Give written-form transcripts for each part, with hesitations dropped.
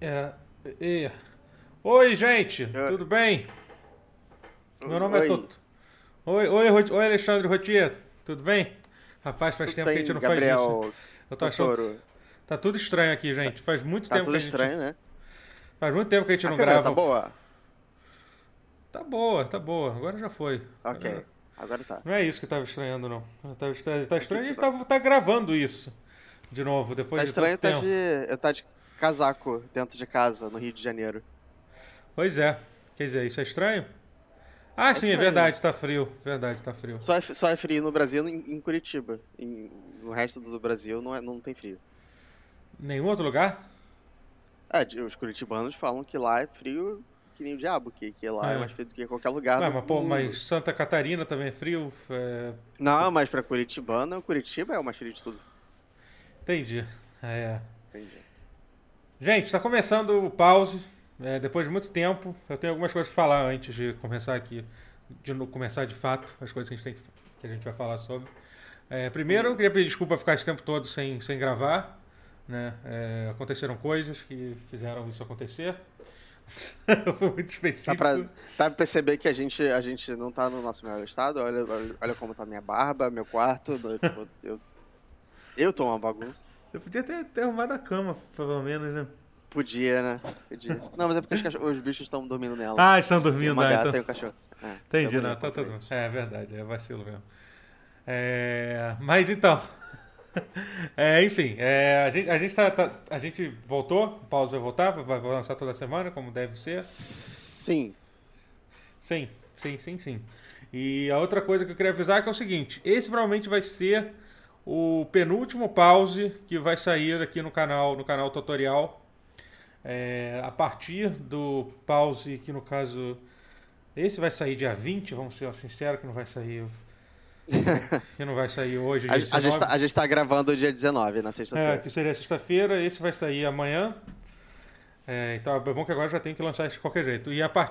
É, e- Oi, gente, Eu- tudo bem? Meu nome é Oi, Toto. Oi, Alexandre Rotier, tudo bem? Rapaz, faz tudo tempo que a gente bem, não faz isso. Gabriel Eu tô achando. Totoro? Tá tudo estranho aqui, gente. Faz muito Tá tempo que tudo a gente. estranho, né? Faz muito tempo que a gente A não câmera tá grava. boa? Tá boa, tá boa. Agora já foi. Ok, agora tá. Não é isso que tava estranhando, não. Tá O que estranho que a você gente tá... tá gravando isso de novo, depois Tá de tanto estranho, tempo. eu tá de casaco dentro de casa, no Rio de Janeiro. Pois é. Quer dizer, isso é estranho? Ah, É sim, é estranho. verdade, tá frio. Verdade, tá frio. Só é frio no Brasil em Curitiba. No resto do Brasil não tem frio. Nenhum outro lugar? Os curitibanos falam que lá é frio que nem o diabo, que lá é É. mais frio do que qualquer lugar Ué, do mas, pô, mas mundo. Santa Catarina também é frio? Não, mas pra curitibano, Curitiba é o mais frio de tudo. Entendi. É. Entendi. Gente, está começando o pause. Depois de muito tempo, eu tenho algumas coisas para falar antes de começar aqui, começar de fato as coisas que que a gente vai falar sobre. Primeiro, eu Uhum. queria pedir desculpa por ficar esse tempo todo sem gravar. Né? Aconteceram coisas que fizeram isso acontecer. Foi muito Dá pra, específico. dá pra perceber que a gente não tá no nosso melhor estado. Olha como tá minha barba, meu quarto. Tipo, eu tô uma bagunça. Você podia ter arrumado a cama, pelo menos, né? Podia, né? Podia. Não, mas é porque os bichos estão dormindo nela. Ah, estão Tem dormindo, uma então. gata e um cachorro. Tem Entendi, não, agonia tá contra tudo bem. eles. É verdade, é vacilo mesmo. Mas então, enfim, a gente voltou, o Paulo vai voltar, vai lançar toda semana, como deve ser. Sim. Sim, sim. E a outra coisa que eu queria avisar é que é o seguinte: esse provavelmente vai ser o penúltimo pause que vai sair aqui no canal tutorial. A partir do pause, que no caso, esse vai sair dia 20, vamos ser sinceros, que não vai sair hoje, A, dia a gente tá, 19. a gente tá gravando dia 19, na Que sexta-feira. seria sexta-feira, esse vai sair amanhã. Então é bom que agora já tem que lançar isso de qualquer jeito.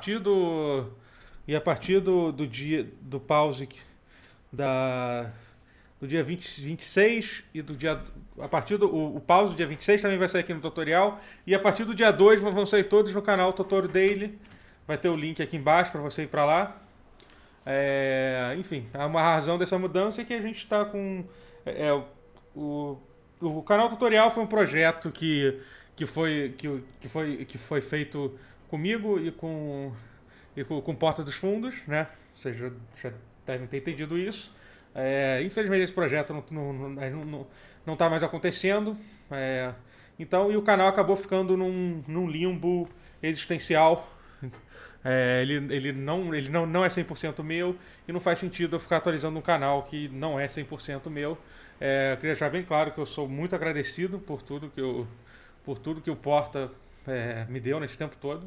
Do dia do pause da, do dia 26 e do dia. A partir do o pause do dia 26 também vai sair aqui no tutorial. E a partir do dia 2 vão sair todos no canal Totoro Daily. Vai ter o link aqui embaixo para você ir para lá. Enfim, uma razão dessa mudança é que a gente está com. É, é, o, o canal tutorial foi um projeto que foi feito comigo com Porta dos Fundos, né? Vocês já devem ter entendido isso. Infelizmente esse projeto não tá mais acontecendo. Então, e o canal acabou ficando num limbo existencial. Ele não é 100% meu e não faz sentido eu ficar atualizando um canal que não é 100% meu. Eu queria deixar bem claro que eu sou muito agradecido por tudo que o Porta me deu nesse tempo todo.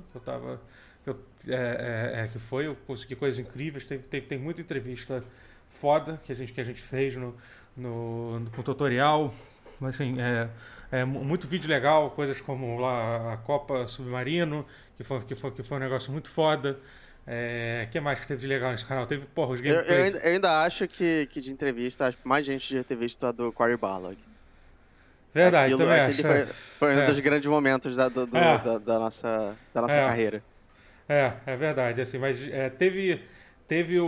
Eu consegui coisas incríveis. Tem muita entrevista foda que a gente fez no tutorial. Mas, assim, muito vídeo legal, coisas como lá a Copa Submarino, que foi um negócio muito foda. Que mais que teve de legal nesse canal? Teve, porra, os gameplays. Eu ainda acho que de entrevista, acho que mais gente devia ter visto a do Cory Barlog. Verdade, também Aquele acho. foi um dos grandes momentos É, da nossa é, carreira. é verdade, assim, mas teve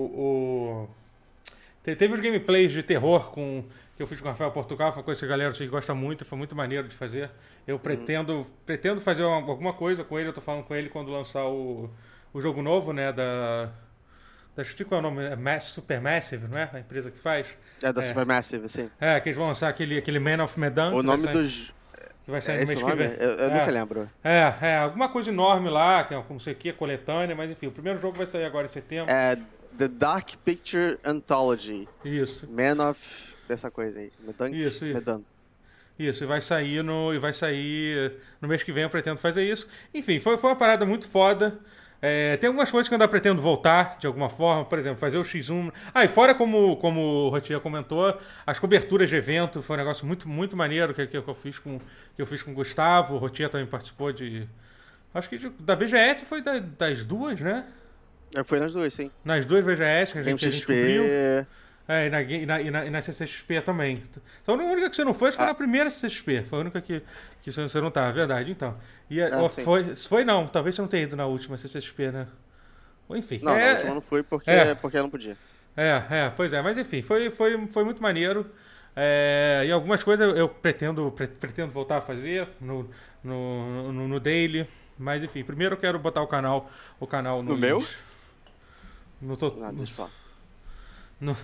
teve os gameplays de terror que eu fiz com o Rafael Portugal, foi uma coisa que a galera assim, gosta muito, foi muito maneiro de fazer. Eu Uhum. pretendo fazer alguma coisa com ele, eu tô falando com ele quando lançar o jogo novo, né, qual é o nome? Supermassive, não é? A empresa que faz. É da É, Supermassive, sim. que eles vão lançar aquele Man of Medan, O nome dos. que vai sair É no esse mês o que nome? vem. Eu nunca É, lembro. alguma coisa enorme lá, que é não sei o que, coletânea, mas enfim, o primeiro jogo vai sair agora em setembro. É The Dark Picture Anthology. Isso, Man of. Essa coisa aí. Medank? isso. Medan. Isso, e vai sair no mês que vem, eu pretendo fazer isso. Enfim, foi uma parada muito foda. Tem algumas coisas que eu ainda pretendo voltar de alguma forma, por exemplo, fazer o X1. E fora como o Rotier comentou, as coberturas de evento foi um negócio muito, muito maneiro que eu fiz com o Gustavo. O Rotier também participou de. Acho que da BGS foi das duas, né? Eu fui nas duas, sim. Nas duas BGS que a Game gente cobriu. XP. E na CCXP também. Então a única que você não foi, acho que foi na primeira CCXP. Foi a única que você não tá, é verdade, então. Sim. Foi não, talvez você não tenha ido na última CCXP, né? Enfim. Não, na última não fui porque eu não podia. Pois é, mas enfim, foi muito maneiro. E algumas coisas eu pretendo voltar a fazer no Daily. Mas enfim, primeiro eu quero botar o canal No meu? No, Não, deixa eu falar. no,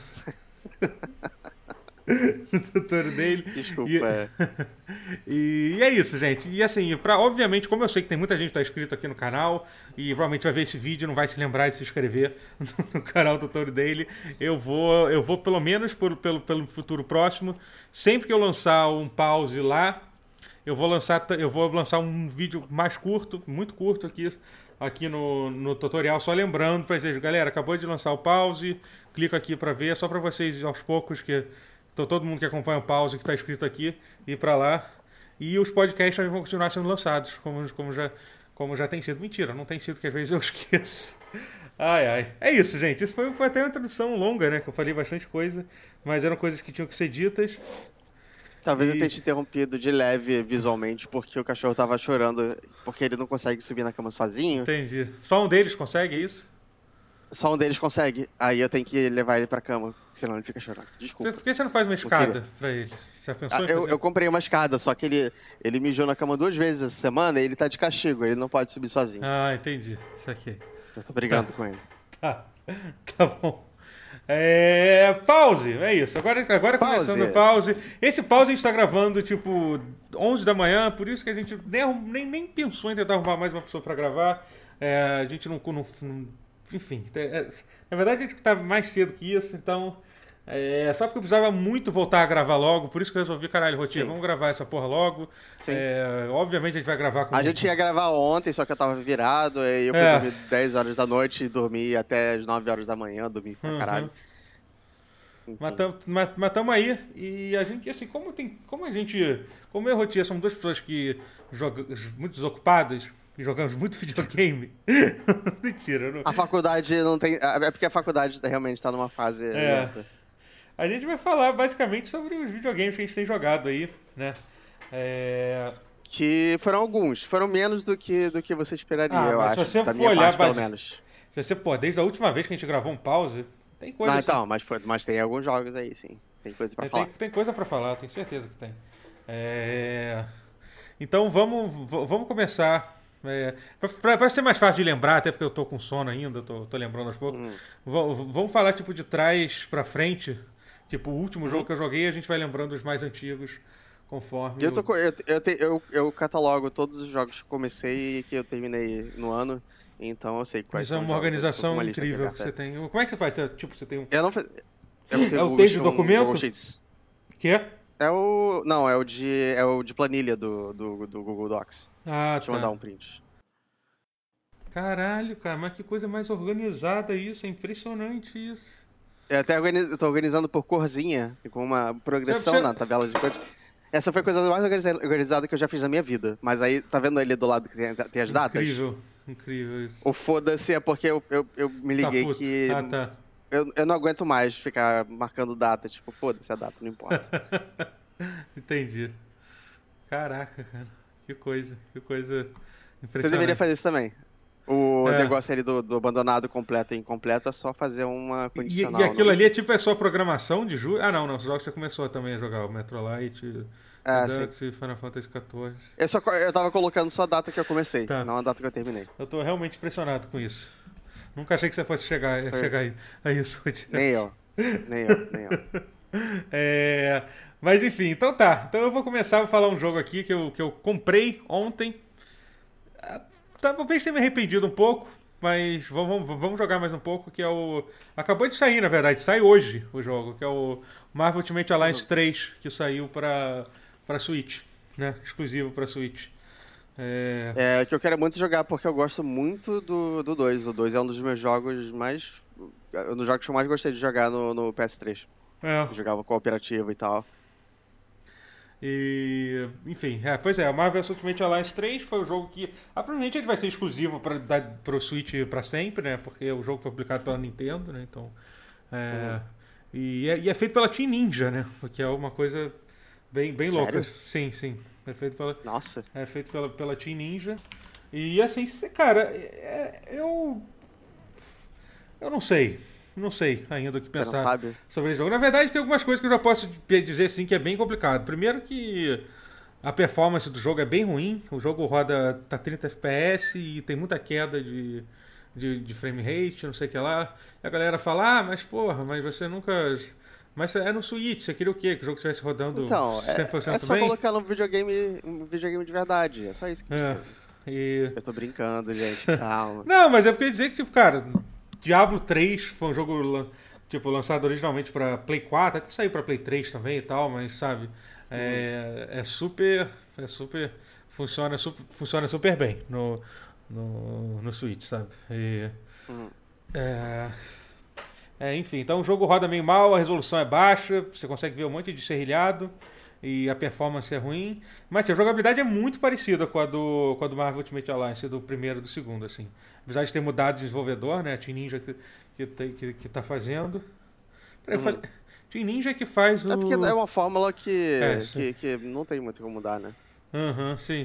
no tutor dele. Desculpa. E é isso, gente. E assim, obviamente, como eu sei que tem muita gente que está inscrito aqui no canal e provavelmente vai ver esse vídeo e não vai se lembrar de se inscrever no canal do Tutor dele, eu vou pelo menos pelo futuro próximo, sempre que eu lançar um pause lá, eu vou lançar um vídeo mais curto, muito curto aqui no tutorial, só lembrando para vocês, galera, acabou de lançar o pause, clica aqui para ver, só para vocês aos poucos que todo mundo que acompanha o pause, que está inscrito aqui, ir para lá. E os podcasts vão continuar sendo lançados, como já tem sido. Mentira, não tem sido, que às vezes eu esqueço. Ai. É isso, gente. Isso foi até uma introdução longa, né? Que eu falei bastante coisa, mas eram coisas que tinham que ser ditas. Talvez eu tenha te interrompido de leve visualmente, porque o cachorro tava chorando, porque ele não consegue subir na cama sozinho. Entendi. Só um deles consegue, é isso? Só um deles consegue. Aí eu tenho que levar ele pra cama, senão ele fica chorando. Desculpa. Por que você não faz uma escada pra ele? Já pensou em fazer? Eu comprei uma escada, só que ele mijou na cama 2 vezes essa semana e ele tá de castigo, ele não pode subir sozinho. Entendi. Isso aqui. Eu tô brigando com ele. Tá bom. Pause, é isso. Agora começando o pause. Esse pause a gente tá gravando tipo 11 da manhã, por isso que a gente nem pensou em tentar arrumar mais uma pessoa pra gravar. A gente não enfim, na verdade a gente tá mais cedo que isso, então só porque eu precisava muito voltar a gravar logo, por isso que eu resolvi, caralho, Rotinha, vamos gravar essa porra logo. Sim. Obviamente a gente vai gravar com... A gente ia gravar ontem, só que eu tava virado, aí eu fui dormir 10 horas da noite e dormi até as 9 horas da manhã, dormi pra caralho. Mas tamo aí, e a gente, assim, como eu e a Rotinha somos duas pessoas que jogam muito desocupadas, e jogamos muito videogame. Mentira, não. A faculdade não tem. É porque a faculdade realmente tá numa fase lenta. A gente vai falar basicamente sobre os videogames que a gente tem jogado aí, né? Que foram alguns. Foram menos do que você esperaria, eu acho. Se você da for minha olhar, parte, pelo menos. Se você, desde a última vez que a gente gravou um pause, tem coisa. Não, então, mas tem alguns jogos aí, sim. Tem coisa pra falar. Tem coisa pra falar, tenho certeza que tem. Então vamos começar. Pra ser mais fácil de lembrar, até porque eu tô com sono ainda, tô lembrando aos poucos. Vamos falar tipo de trás pra frente. Tipo, o último jogo que eu joguei, a gente vai lembrando os mais antigos, conforme... Eu catalogo todos os jogos que eu comecei e que eu terminei no ano, então eu sei quais são os jogos. É uma organização incrível que você tem. Como é que você faz? Você tem um... Eu não faço... É o texto de documento? Que é? É o de planilha do Google Docs. Deixa eu mandar um print. Caralho, cara, mas que coisa mais organizada isso, é impressionante isso. Eu até tô organizando por corzinha, com uma progressão na tabela de coisas. Essa foi a coisa mais organizada que eu já fiz na minha vida. Mas aí, tá vendo ali do lado que tem as datas? Incrível isso. O foda-se é porque eu me liguei que... Eu não aguento mais ficar marcando data, tipo, foda-se a data, não importa. Entendi. Caraca, cara. Que coisa impressionante. Você deveria fazer isso também. O negócio ali do abandonado completo e incompleto é só fazer uma condicional. E aquilo ali é tipo a sua programação de julho? Ah, não, os jogos você começou também a jogar, o Metro Light, Redux e Final Fantasy XIV. Eu tava colocando só a data que eu comecei, não a data que eu terminei. Eu tô realmente impressionado com isso. Nunca achei que você fosse chegar a isso. Nem eu. Mas enfim, então tá. Então eu vou começar a falar um jogo aqui que eu comprei ontem. Talvez tenha me arrependido um pouco, mas vamos jogar mais um pouco, que é o... Acabou de sair, na verdade. Sai hoje o jogo, que é o Marvel Ultimate Alliance 3, que saiu pra Switch, né? Exclusivo pra Switch. Que eu quero muito jogar, porque eu gosto muito do 2. O 2 é um dos meus jogos mais... Um dos jogos que eu mais gostei de jogar no PS3. Eu jogava cooperativo e tal. E, enfim, o Marvel Ultimate Alliance 3 foi o jogo que provavelmente ele vai ser exclusivo pro Switch pra sempre, né? Porque o jogo foi publicado pela Nintendo, né? Então, E é feito pela Team Ninja, né? Que é uma coisa bem louca. Sim. É feito pela... Nossa. É feito pela Team Ninja. E assim, cara, eu não sei. Não sei ainda o que pensar. Você não sabe? Sobre esse jogo. Na verdade, tem algumas coisas que eu já posso dizer sim que é bem complicado. Primeiro que a performance do jogo é bem ruim. O jogo roda tá 30 FPS e tem muita queda de frame rate, não sei o que lá. E a galera fala, mas porra, mas você nunca... Mas é no Switch, você queria o quê? Que o jogo estivesse rodando 100% é só bem? colocar um videogame de verdade. É só isso que precisa. Eu tô brincando, gente. Calma. Não, mas eu queria dizer que, tipo, cara, Diablo 3 foi um jogo, tipo, lançado originalmente pra Play 4, até saiu pra Play 3 também e tal, mas, sabe, é super... Funciona super bem no Switch, sabe? Enfim, então o jogo roda meio mal, a resolução é baixa, você consegue ver um monte de serrilhado e a performance é ruim, mas assim, a jogabilidade é muito parecida com a do Marvel Ultimate Alliance, do primeiro e do segundo, assim. Apesar de ter mudado de desenvolvedor, né? A Team Ninja que tá fazendo. Team Ninja que faz o... É porque é uma fórmula que não tem muito como mudar, né? Sim,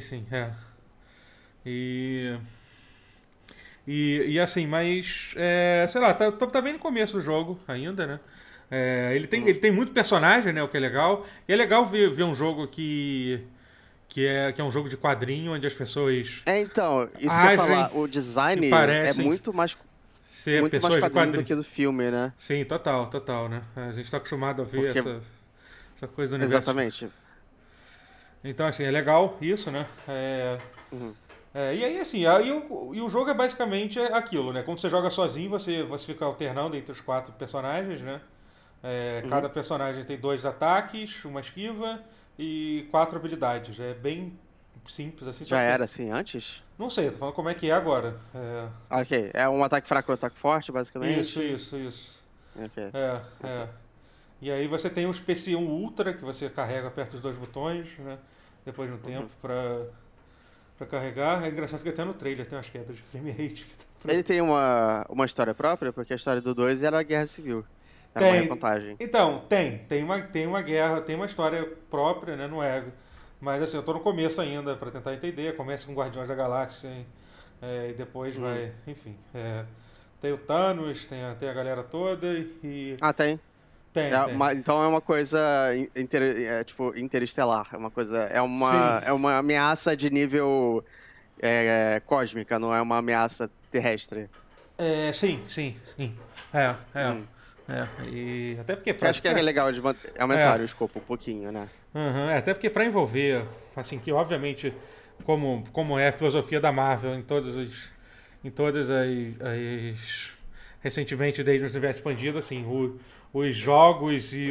E assim, mas sei lá, tá bem no começo do jogo ainda, né? Ele tem muito personagem, né? O que é legal. E é legal ver um jogo que é um jogo de quadrinho, onde as pessoas. Então, isso que eu ia falar, o design é muito mais quadrinho do que do filme, né? Sim, total, né? A gente tá acostumado a ver essa coisa do universo. Exatamente. Então, assim, é legal isso, né? E aí, assim, e o jogo é basicamente aquilo, né? Quando você joga sozinho, você fica alternando entre os 4 personagens, né? Cada personagem tem 2 ataques, uma esquiva e 4 habilidades. É bem simples, assim. Já era assim antes? Não sei, eu tô falando como é que é agora. Ok, é um ataque fraco e um ataque forte, basicamente? Isso. Ok. E aí você tem um Ultra, que você carrega, aperta os 2 botões, né? Depois de um tempo pra carregar. É engraçado que até no trailer tem umas quedas de frame rate. Ele tem uma história própria? Porque a história do 2 era a Guerra Civil. Era uma recontagem. Então, tem uma guerra, tem uma história própria, né? Não é... Mas assim, eu tô no começo ainda pra tentar entender. Começa com Guardiões da Galáxia, e depois vai... Enfim, tem o Thanos, tem a galera toda e... Tem. Tem. Então é uma coisa tipo interestelar, é uma ameaça de nível cósmica, não é uma ameaça terrestre. Sim. E até porque acho que é legal de aumentar o escopo um pouquinho, né? Até porque para envolver, assim, que obviamente como é a filosofia da Marvel em todas as recentemente desde o universo expandido, assim, os jogos e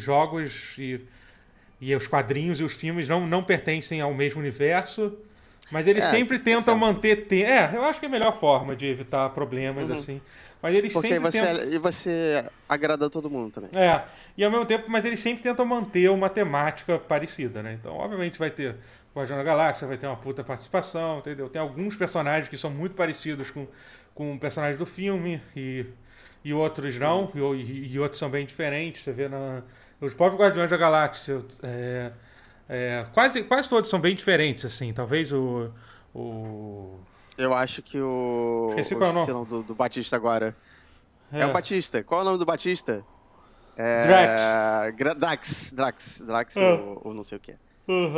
os quadrinhos e os filmes não pertencem ao mesmo universo, mas eles sempre tentam manter... eu acho que é a melhor forma de evitar problemas, assim. Mas eles sempre tentam... E você agrada todo mundo também. E ao mesmo tempo, mas eles sempre tentam manter uma temática parecida, né? Então, obviamente, vai ter Guardião da Galáxia, vai ter uma puta participação, entendeu? Tem alguns personagens que são muito parecidos com personagens do filme e outros não, e outros são bem diferentes. Você vê os próprios Guardiões da Galáxia, quase todos são bem diferentes, assim. Talvez eu acho que esqueci o nome do Batista agora. É o Batista. Qual é o nome do Batista? Drax ou não sei o que.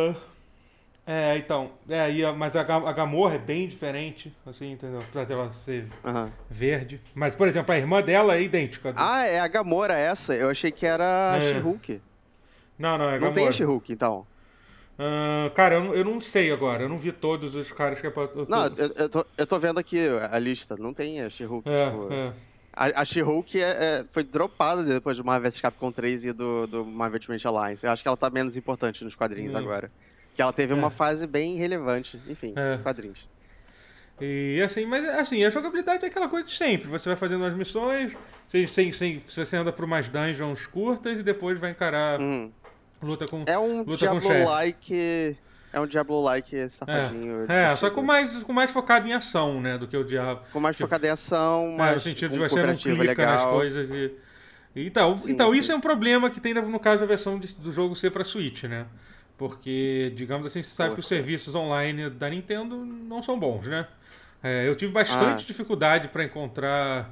Mas a Gamorra é bem diferente, assim, entendeu? Apesar dela ser verde. Mas, por exemplo, a irmã dela é idêntica. É a Gamora essa? Eu achei que era a She-Hulk. Não, é Gamora. Não tem a She-Hulk, então? Cara, eu não sei agora. Eu não vi todos os caras que é pra... eu tô vendo aqui a lista. Não tem a She-Hulk, A She-Hulk foi dropada depois do Marvel vs Capcom 3 e do Marvel Ultimate Alliance. Eu acho que ela tá menos importante nos quadrinhos agora. Que ela teve uma fase bem relevante, enfim, quadrinhos. E assim, mas assim, a jogabilidade é aquela coisa de sempre. Você vai fazendo as missões, você anda por umas dungeons curtas e depois vai encarar luta com Diablo-like. É um Diablo-like safadinho. Só com mais focado em ação, né, do que o Diablo. Com mais focado em ação, mas no sentido de você não clica nas coisas Então isso é um problema que tem no caso da versão do jogo ser pra Switch, né? Porque, digamos assim, você sabe que os serviços online da Nintendo não são bons, né? Eu tive bastante dificuldade para encontrar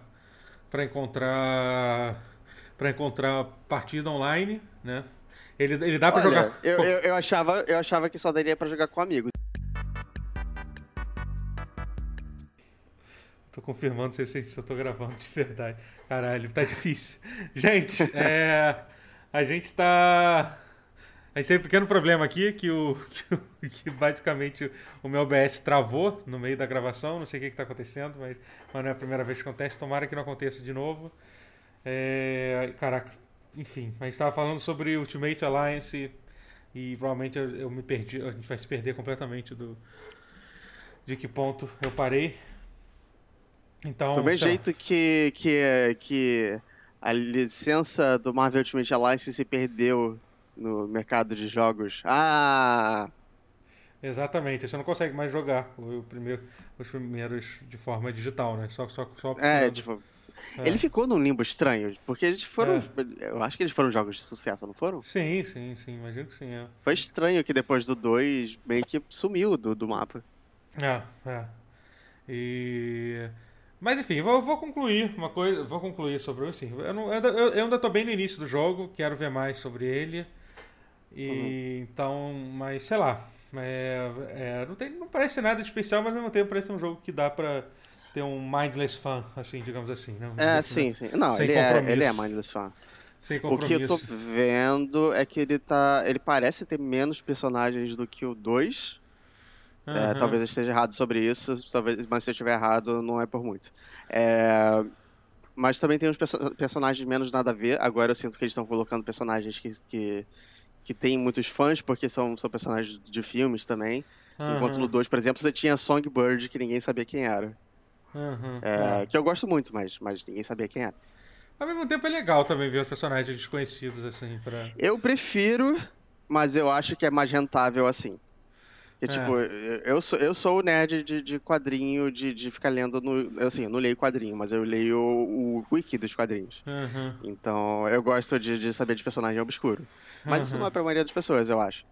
partida online, né? Ele dá pra jogar. Eu achava que só daria pra jogar com amigos. Tô confirmando se eu tô gravando de verdade. Caralho, tá difícil. Gente, a gente tem um pequeno problema aqui, que basicamente o meu OBS travou no meio da gravação. Não sei o que tá acontecendo, mas não é a primeira vez que acontece. Tomara que não aconteça de novo. Caraca, enfim. A gente tava falando sobre Ultimate Alliance e provavelmente eu me perdi. A gente vai se perder completamente de que ponto eu parei. Então, do mesmo jeito que a licença do Marvel Ultimate Alliance se perdeu no mercado de jogos. Exatamente, você não consegue mais jogar os primeiros de forma digital, né? Só ele ficou num limbo estranho, porque eles foram. Eu acho que eles foram jogos de sucesso, não foram? Sim, imagino que sim. Foi estranho que depois do 2 meio que sumiu do mapa. Mas enfim, vou concluir uma coisa. Vou concluir sobre assim. Eu ainda tô bem no início do jogo, quero ver mais sobre ele. Então, mas sei lá. Não parece nada de especial, mas ao mesmo tempo parece um jogo que dá pra ter um mindless fun, assim, digamos assim. Né? Sim. Não, ele é mindless fun. Sem compromisso. O que eu tô vendo é que ele parece ter menos personagens do que o 2. Talvez eu esteja errado sobre isso, mas se eu estiver errado, não é por muito. Mas também tem uns personagens menos nada a ver. Agora eu sinto que eles estão colocando personagens que tem muitos fãs, porque são personagens de filmes também. Enquanto no 2, por exemplo, você tinha Songbird, que ninguém sabia quem era. Que eu gosto muito, mas ninguém sabia quem era. Ao mesmo tempo é legal também ver os personagens desconhecidos, assim, Eu prefiro, mas eu acho que é mais rentável assim. Porque, tipo, eu sou o nerd de quadrinho, de ficar lendo eu não leio quadrinho, mas eu leio o wiki dos quadrinhos. Então, eu gosto de saber de personagem obscuro. Mas isso não é pra maioria das pessoas, eu acho.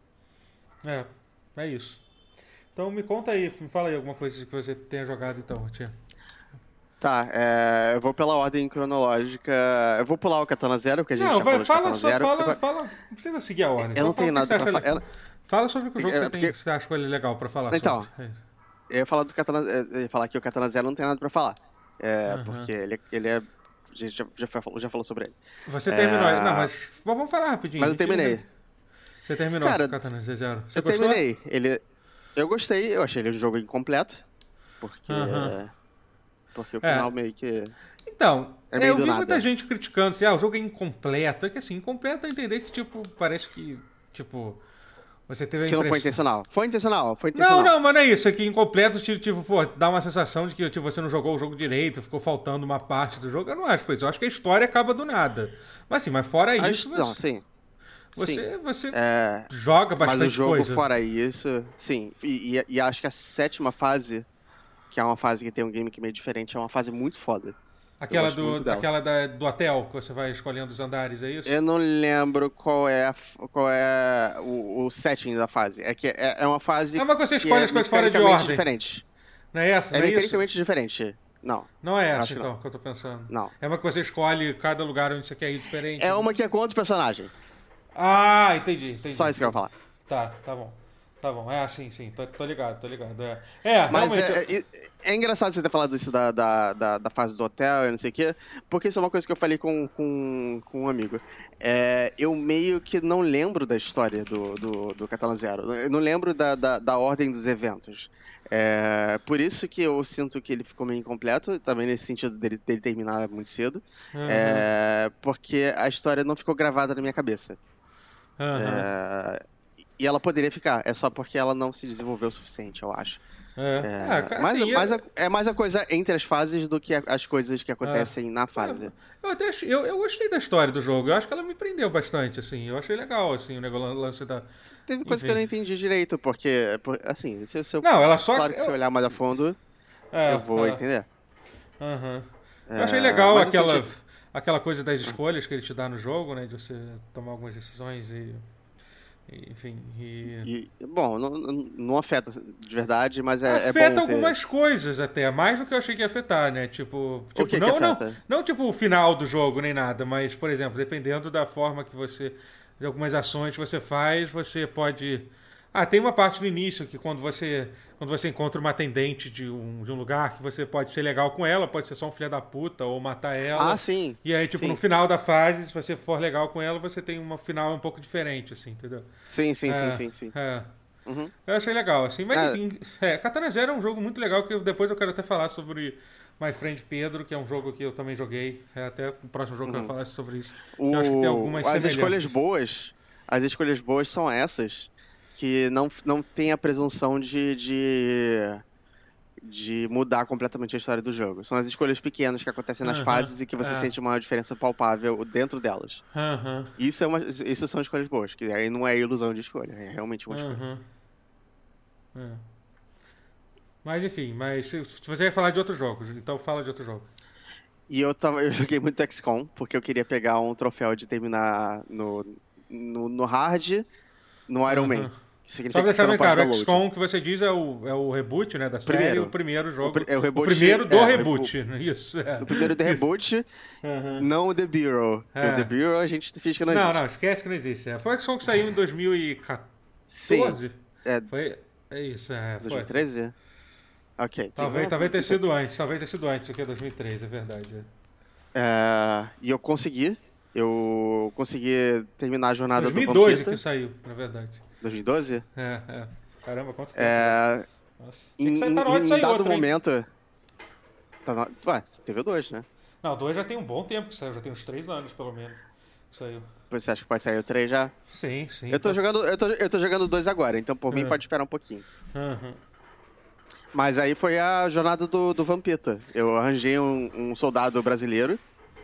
É isso. Então, me conta aí, me fala aí alguma coisa que você tenha jogado, então, tia. Tá, eu vou pela ordem cronológica. Eu vou pular o Katana Zero, porque a gente já falou de Katana Zero. Fala, não precisa seguir a ordem. Eu não tenho nada pra falar. Fala sobre o jogo que você acha ele legal pra falar. Então, eu ia falar eu ia falar que o Katana Zero não tem nada pra falar. Porque ele é... A gente já falou sobre ele. Você terminou. Não, mas vamos falar rapidinho. Mas eu terminei. Você terminou o Katana Zero? Você gostou? Terminei. Eu gostei, eu achei ele um jogo incompleto. Porque o final meio que... Então, eu vi muita gente criticando assim, o jogo é incompleto. É que assim, incompleto é entender que, tipo, parece que, tipo... Você teve a impressão... não foi intencional. Foi intencional. Não, mas não é isso. É que incompleto, tipo, dá uma sensação de que tipo, você não jogou o jogo direito, ficou faltando uma parte do jogo. Eu não acho que foi isso. Eu acho que a história acaba do nada. Mas assim, fora isso... Não, sim. Você joga bastante coisa. Mas o jogo, fora isso... Sim. E acho que a 7ª fase, que é uma fase que tem um game que é meio diferente, é uma fase muito foda. Aquela do hotel, que você vai escolhendo os andares, é isso? Eu não lembro qual é o setting da fase. É que é uma fase. É uma que você escolhe as coisas fora de ordem. Diferente. Não é essa? É mecanicamente diferente. Não. Não é essa, então, que eu tô pensando. Não. É uma que você escolhe cada lugar onde você quer ir diferente. É uma que é com outro personagem. Entendi. Só isso que eu vou falar. Tá bom. Sim, tô ligado. Mas realmente... é engraçado você ter falado isso da fase do hotel e não sei o quê, porque isso é uma coisa que eu falei com um amigo. Eu meio que não lembro da história do Katana Zero. Eu não lembro da ordem dos eventos. Por isso que eu sinto que ele ficou meio incompleto, também nesse sentido dele terminar muito cedo, porque a história não ficou gravada na minha cabeça. E ela poderia ficar, é só porque ela não se desenvolveu o suficiente, eu acho. É mais a coisa entre as fases do que as coisas que acontecem na fase. Eu gostei da história do jogo, eu acho que ela me prendeu bastante, assim, eu achei legal, assim, o lance da... Teve coisa que eu não entendi direito, porque assim, se eu... Não, ela só... Claro que se eu olhar mais a fundo, eu vou entender. Eu achei legal aquela coisa das escolhas que ele te dá no jogo, né? De você tomar algumas decisões enfim. Bom, não afeta de verdade, mas é bom afeta algumas coisas até, mais do que eu achei que ia afetar, né? Tipo o que afeta? Não tipo o final do jogo nem nada, mas, por exemplo, dependendo da forma que você, de algumas ações que você faz, você pode... tem uma parte no início que quando você encontra uma atendente de um lugar, que você pode ser legal com ela, pode ser só um filho da puta, ou matar ela. Sim. E aí, tipo, no final da fase, se você for legal com ela, você tem um final um pouco diferente, assim, entendeu? Sim. Uhum. Eu achei legal, assim. Mas, enfim, Katana Zero é um jogo muito legal, que depois eu quero até falar sobre My Friend Pedro, que é um jogo que eu também joguei. Até o próximo jogo que eu vou falar sobre isso. Eu acho que tem algumas semelhanças. As escolhas boas são essas, que não tem a presunção de mudar completamente a história do jogo. São as escolhas pequenas que acontecem nas fases e que você sente uma diferença palpável dentro delas. Isso são escolhas boas, que aí não é ilusão de escolha, é realmente uma escolha. Mas enfim, se você vai falar de outros jogos, então fala de outros jogos. E eu joguei muito XCOM, porque eu queria pegar um troféu de terminar no hard, no Iron Man. Só pra deixar bem claro, o XCOM que você diz é o reboot, né, da série, o primeiro jogo. O primeiro do reboot. Isso. O primeiro do reboot, não o The Bureau. Porque o The Bureau a gente finge que não existe. Não, esquece que não existe. Foi o XCOM que saiu em 2014. Sim. Foi. É isso, 2013? Ok. Talvez tenha sido antes. Talvez tenha sido antes do que 2013, é verdade. E eu consegui. Eu consegui terminar a jornada 2012 do Vampeta. Que saiu, na verdade. 2012? Caramba, quanto tempo. Nossa. Em dado momento... você teve o 2, né? Não, o 2 já tem um bom tempo que saiu. Já tem uns 3 anos, pelo menos, que saiu. Você acha que pode sair o 3 já? Sim. Eu tô jogando o 2 agora, então por mim pode esperar um pouquinho. Mas aí foi a jornada do Vampeta. Eu arranjei um soldado brasileiro.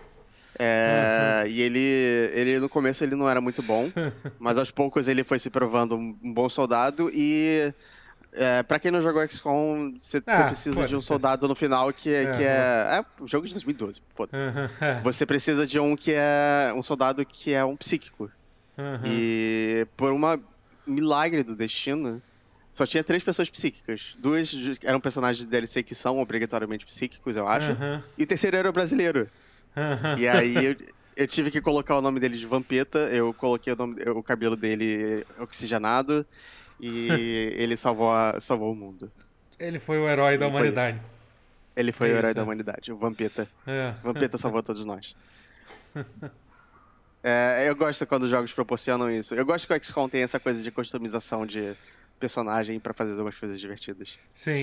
E ele no começo ele não era muito bom, mas aos poucos ele foi se provando um bom soldado. E pra quem não jogou XCOM, você precisa de um soldado no final que é um jogo de 2012, foda-se. Você precisa de um soldado que é um psíquico. E por um milagre do destino, só tinha 3 pessoas psíquicas. 2 eram personagens de DLC que são obrigatoriamente psíquicos, eu acho. E o terceiro era o brasileiro. E aí eu tive que colocar o nome dele de Vampeta. Eu coloquei o cabelo dele oxigenado. E ele salvou o mundo. Ele foi o herói da humanidade. Ele foi o herói da humanidade, o Vampeta. Vampeta salvou todos nós. Eu gosto quando os jogos proporcionam isso. Eu gosto que o XCOM tem essa coisa de customização de personagem pra fazer algumas coisas divertidas. Sim.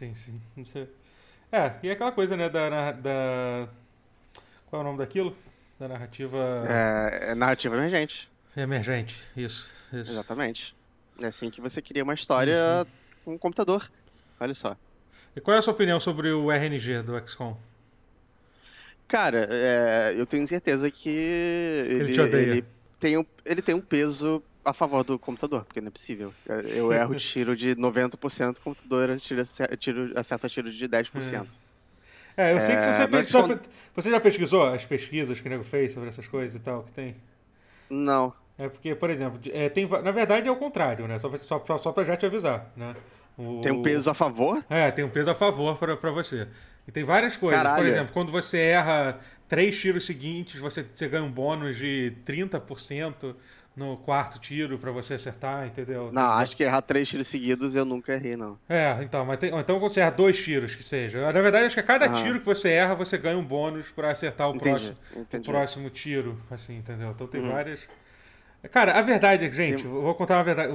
E aquela coisa, né, qual é o nome daquilo? Da narrativa... narrativa emergente. Emergente, isso. Exatamente. É assim que você cria uma história com um computador. Olha só. E qual é a sua opinião sobre o RNG do XCOM? Cara, eu tenho certeza que ele tem um peso a favor do computador, porque não é possível. Eu erro tiro de 90%, o computador acerta tiro de 10%. Eu sei que você já pesquisou as pesquisas que o nego fez sobre essas coisas e tal, que tem? Não. Porque, por exemplo, na verdade é o contrário, né? Só pra já te avisar, né? Tem um peso a favor? Tem um peso a favor pra você. E tem várias coisas. Caralho. Por exemplo, quando você erra 3 tiros seguintes, você ganha um bônus de 30% no quarto tiro pra você acertar, entendeu? Não, acho que errar 3 tiros seguidos eu nunca errei, não. Então, então quando você erra 2 tiros, que seja. Na verdade, acho que a cada tiro que você erra, você ganha um bônus pra acertar o próximo tiro, assim, entendeu? Então tem várias... Cara, a verdade é que, gente, eu vou contar uma verdade,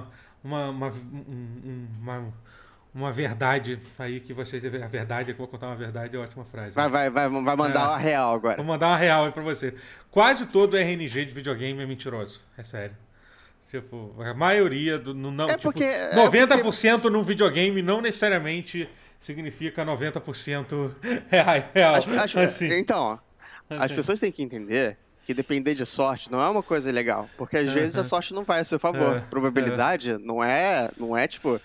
uma verdade aí que você... A verdade é que eu vou contar uma verdade, é uma ótima frase. Vai mandar uma real agora. Vou mandar uma real aí pra você. Quase todo RNG de videogame é mentiroso. É sério. Tipo, a maioria do... 90% num videogame não necessariamente significa 90% real. Então, as pessoas têm que entender que depender de sorte não é uma coisa legal. Porque às vezes a sorte não vai a seu favor. Probabilidade não é tipo...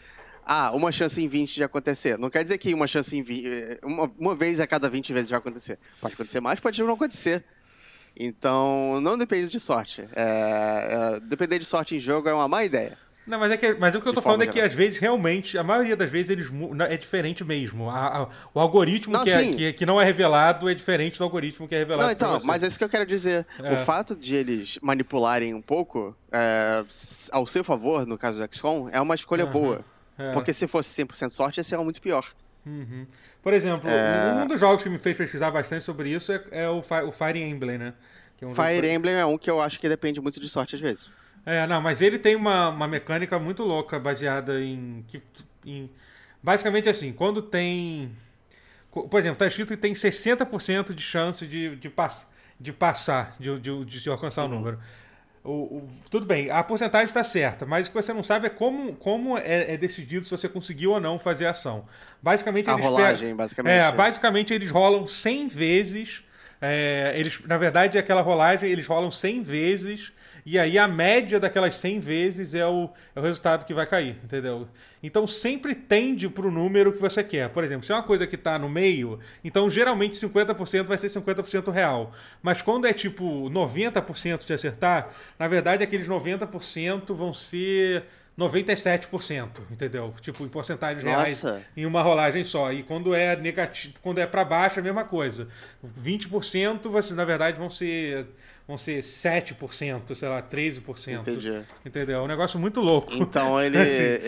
uma chance em 20 de acontecer. Não quer dizer que uma chance em 20... Uma vez a cada 20 vezes vai acontecer. Pode acontecer mais, pode não acontecer. Então, não depende de sorte. Depender de sorte em jogo é uma má ideia. Não, mas o que eu tô falando é que às vezes, realmente, a maioria das vezes é diferente mesmo. O algoritmo que não é revelado é diferente do algoritmo que é revelado. Não, então, mas é isso que eu quero dizer. O fato de eles manipularem um pouco ao seu favor, no caso do XCOM, é uma escolha boa. Porque se fosse 100% sorte, ia ser muito pior. Uhum. Por exemplo, um dos jogos que me fez pesquisar bastante sobre isso é o Fire Emblem, né? Que é Fire Emblem é um que eu acho que depende muito de sorte às vezes. Não, mas ele tem uma mecânica muito louca, baseada em basicamente assim, quando tem... Por exemplo, tá escrito que tem 60% de chance de passar, de alcançar o número. Tudo bem, a porcentagem está certa, mas o que você não sabe é como é decidido se você conseguiu ou não fazer a ação. Basicamente, basicamente eles rolam 100 vezes. Na verdade, aquela rolagem, eles rolam 100 vezes, e aí a média daquelas 100 vezes é o resultado que vai cair, entendeu? Então sempre tende pro número que você quer. Por exemplo, se é uma coisa que tá no meio, então geralmente 50% vai ser 50% real. Mas quando é tipo 90% de acertar, na verdade aqueles 90% vão ser 97%, entendeu? Tipo, em porcentagens reais em uma rolagem só. E quando é negativo, quando é para baixo, é a mesma coisa. 20% na verdade vão ser 7%, sei lá, 13%. Entendi. Entendeu? É um negócio muito louco. Então ele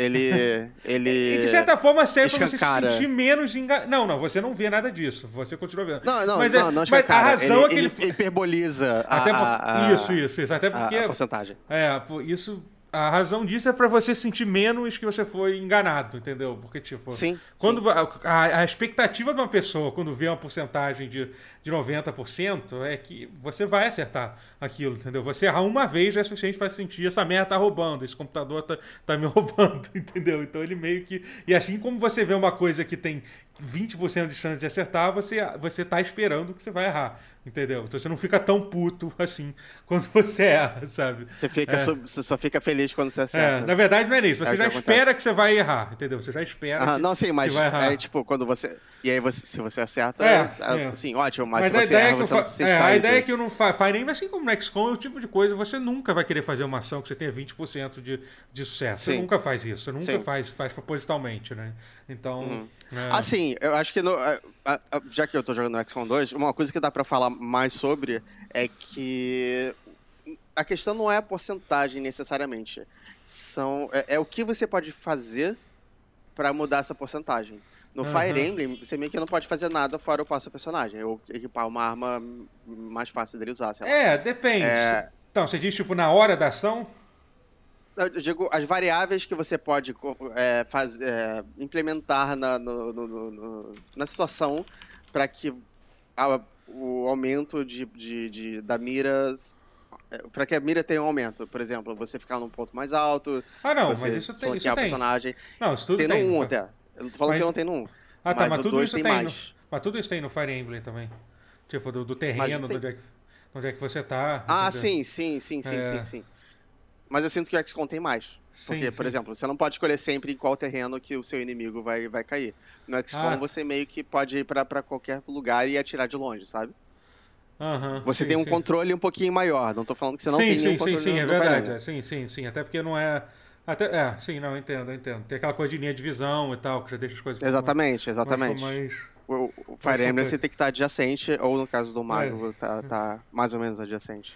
E de certa forma serve pra você se sentir menos enganado. Não, você não vê nada disso. Você continua vendo. Não, mas a razão é que ele hiperboliza isso. Até porque a porcentagem. Isso... A razão disso é pra você sentir menos que você foi enganado, entendeu? Porque, tipo, quando a expectativa de uma pessoa, quando vê uma porcentagem de 90%, é que você vai acertar aquilo, entendeu? Você errar uma vez já é suficiente pra sentir essa merda tá roubando, esse computador tá me roubando, entendeu? Então ele meio que... E assim como você vê uma coisa que tem 20% de chance de acertar, você tá esperando que você vai errar, entendeu? Então você não fica tão puto assim quando você erra, sabe? Você só fica feliz quando você acerta. Na verdade não é isso. Você já espera que você vai errar, entendeu? Você já espera mas que vai errar. É tipo, quando você... E aí, se você acerta, assim, ótimo. Mas se você erra, você não se sente a ideia é que no Fire Emblem, assim como no XCOM, é o tipo de coisa, você nunca vai querer fazer uma ação que você tenha 20% de sucesso. Você nunca faz isso. Você nunca faz propositalmente, né? Então... Assim, eu acho que já que eu tô jogando no XCOM 2, uma coisa que dá pra falar mais sobre é que a questão não é a porcentagem necessariamente. É o que você pode fazer pra mudar essa porcentagem. No Fire Emblem, você meio que não pode fazer nada fora o passo do personagem. Ou equipar uma arma mais fácil dele usar, sei lá. Depende. Então, você diz, tipo, na hora da ação? Eu digo, as variáveis que você pode implementar na situação para que o aumento da mira... Para que a mira tenha um aumento. Por exemplo, você ficar num ponto mais alto. Mas isso tem. O personagem. Não, isso tudo tem. Tem no 1 até. Eu não tô falando que não tem no 1. Mas o 2 tem mais. Mas tudo isso tem no Fire Emblem também. Tipo, do terreno, onde é que você tá. Sim. Mas eu sinto que o XCOM tem mais. Porque, por exemplo, você não pode escolher sempre em qual terreno que o seu inimigo vai cair. No XCOM você meio que pode ir pra qualquer lugar e atirar de longe, sabe? Você tem um controle um pouquinho maior. Não tô falando que você não tem nenhum controle. Sim, é verdade. Sim. Até porque não é... entendo. Tem aquela coisa de linha de visão e tal, que já deixa as coisas... Exatamente. O Fire Emblem você tem que estar adjacente, ou no caso do Mago, tá mais ou menos adjacente.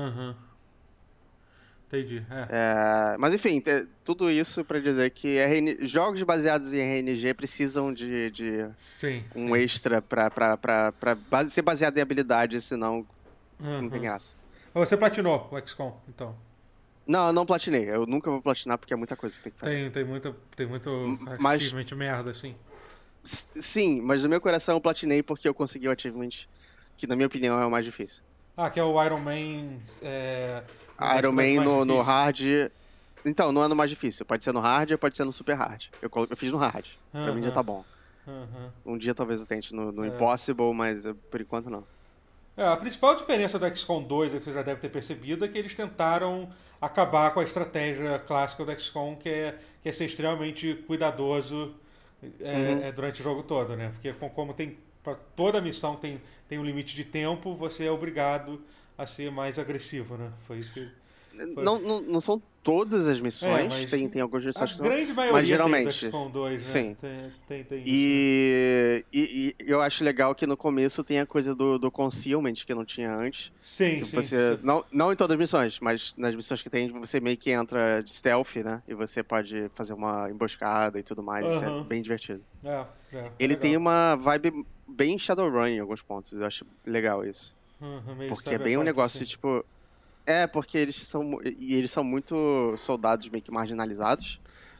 Entendi. Mas enfim, tudo isso pra dizer que jogos baseados em RNG precisam de extra pra ser baseado em habilidade, senão não tem graça. Você platinou o XCOM, então? Não, eu não platinei. Eu nunca vou platinar porque é muita coisa que você tem que fazer. Tem muito achievement merda, assim. Sim, mas no meu coração eu platinei porque eu consegui o achievement que, na minha opinião, é o mais difícil. Que é o Iron Man... Iron Man no hard... Então, não é no mais difícil. Pode ser no hard ou pode ser no super hard. Eu fiz no hard. Pra mim já tá bom. Um dia talvez eu tente no Impossible, mas por enquanto não. A principal diferença do XCOM 2, que você já deve ter percebido, é que eles tentaram acabar com a estratégia clássica do XCOM, que é ser extremamente cuidadoso durante o jogo todo, né? Porque como tem para toda missão tem um limite de tempo, você é obrigado a ser mais agressivo, né? Foi isso que... Não são todas as missões, tem algumas missões que são... A grande maioria mas geralmente, tem do XCOM 2, sim. Né? Tem E eu acho legal que no começo tem a coisa do concealment, que não tinha antes. Sim, que sim. Você, não em todas as missões, mas nas missões que tem, você meio que entra de stealth, né? E você pode fazer uma emboscada e tudo mais, isso é bem divertido. Ele tem uma vibe bem Shadowrun em alguns pontos, eu acho legal isso. Porque é bem um negócio, assim. Tipo... porque eles são muito soldados meio que marginalizados.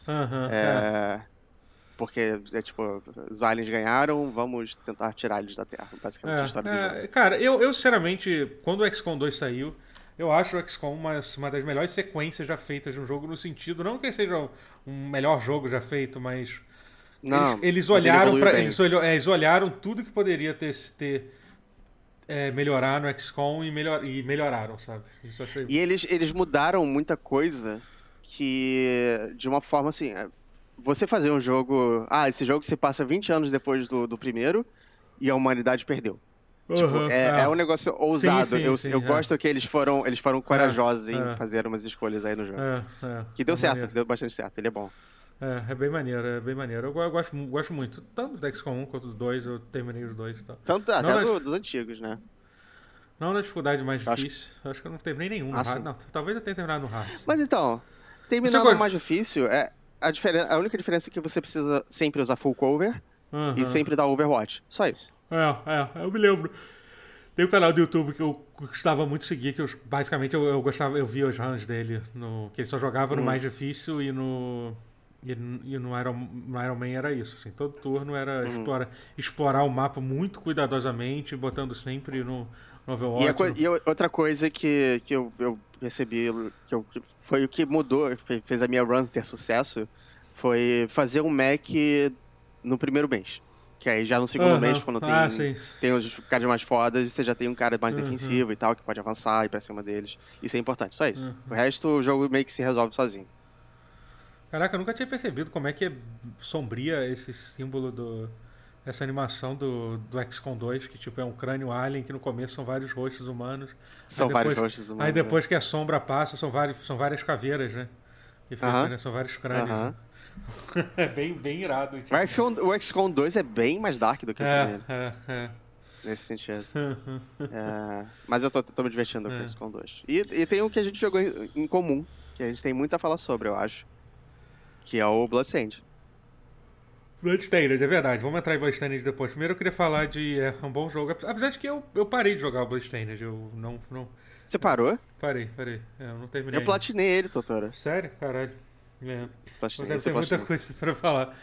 Porque tipo, os aliens ganharam, vamos tentar tirar eles da Terra. Basicamente a história do jogo. Cara, eu sinceramente, quando o XCOM 2 saiu, eu acho o XCOM uma das melhores sequências já feitas de um jogo, no sentido, não que seja um melhor jogo já feito, mas eles olharam eles olharam tudo que poderia ter melhorar no XCOM e melhoraram, sabe? Isso eu achei... E eles mudaram muita coisa que, de uma forma assim, você fazer um jogo... esse jogo se passa 20 anos depois do primeiro e a humanidade perdeu. Tipo, é um negócio ousado. Sim, eu gosto que eles foram corajosos em fazer umas escolhas aí no jogo. Que deu certo, maneiro. Deu bastante certo, ele é bom. É bem maneiro, Eu gosto muito. Tanto do XCOM 1 quanto do 2, eu terminei os dois e tal. Tanto até dos antigos, né? Não na dificuldade mais difícil. Acho que eu não terminei nenhum no hard. Não, talvez eu tenha terminado no hard. Sim. Mas então, terminar no mais difícil, a única diferença é que você precisa sempre usar full cover e sempre dar Overwatch. Só isso. Eu me lembro. Tem um canal do YouTube que eu gostava muito de seguir, que basicamente eu via os runs dele, que ele só jogava no mais difícil e no Iron Man era isso, assim, todo turno era explorar o mapa muito cuidadosamente, botando sempre no Overwatch. E outra coisa que eu percebi, foi o que mudou, fez a minha run ter sucesso, foi fazer um mech no primeiro bench. Que aí já no segundo mês, quando tem os caras mais fodas, você já tem um cara mais defensivo e tal, que pode avançar e ir pra cima deles. Isso é importante, só isso. O resto, o jogo meio que se resolve sozinho. Caraca, eu nunca tinha percebido como é que é sombria esse símbolo essa animação do XCOM 2, que tipo é um crânio alien, que no começo são vários rostos humanos. Vários rostos humanos. Aí depois que a sombra passa, são várias caveiras, né? E fica, né? São vários crânios. Né? É bem irado. Tipo. O XCOM 2 é bem mais dark do que o primeiro. Nesse sentido. Mas eu tô me divertindo com o XCOM 2. E tem um que a gente jogou em comum, que a gente tem muito a falar sobre, eu acho. Que é o Bloodstained. Bloodstained, é verdade. Vamos entrar em Bloodstained depois. Primeiro eu queria falar de um bom jogo. Apesar de que eu parei de jogar o Bloodstained. Eu não... Você parou? Parei. Eu não terminei. Eu platinei ele, Totoro. Sério? Caralho. Platinei, tem muita coisa pra falar.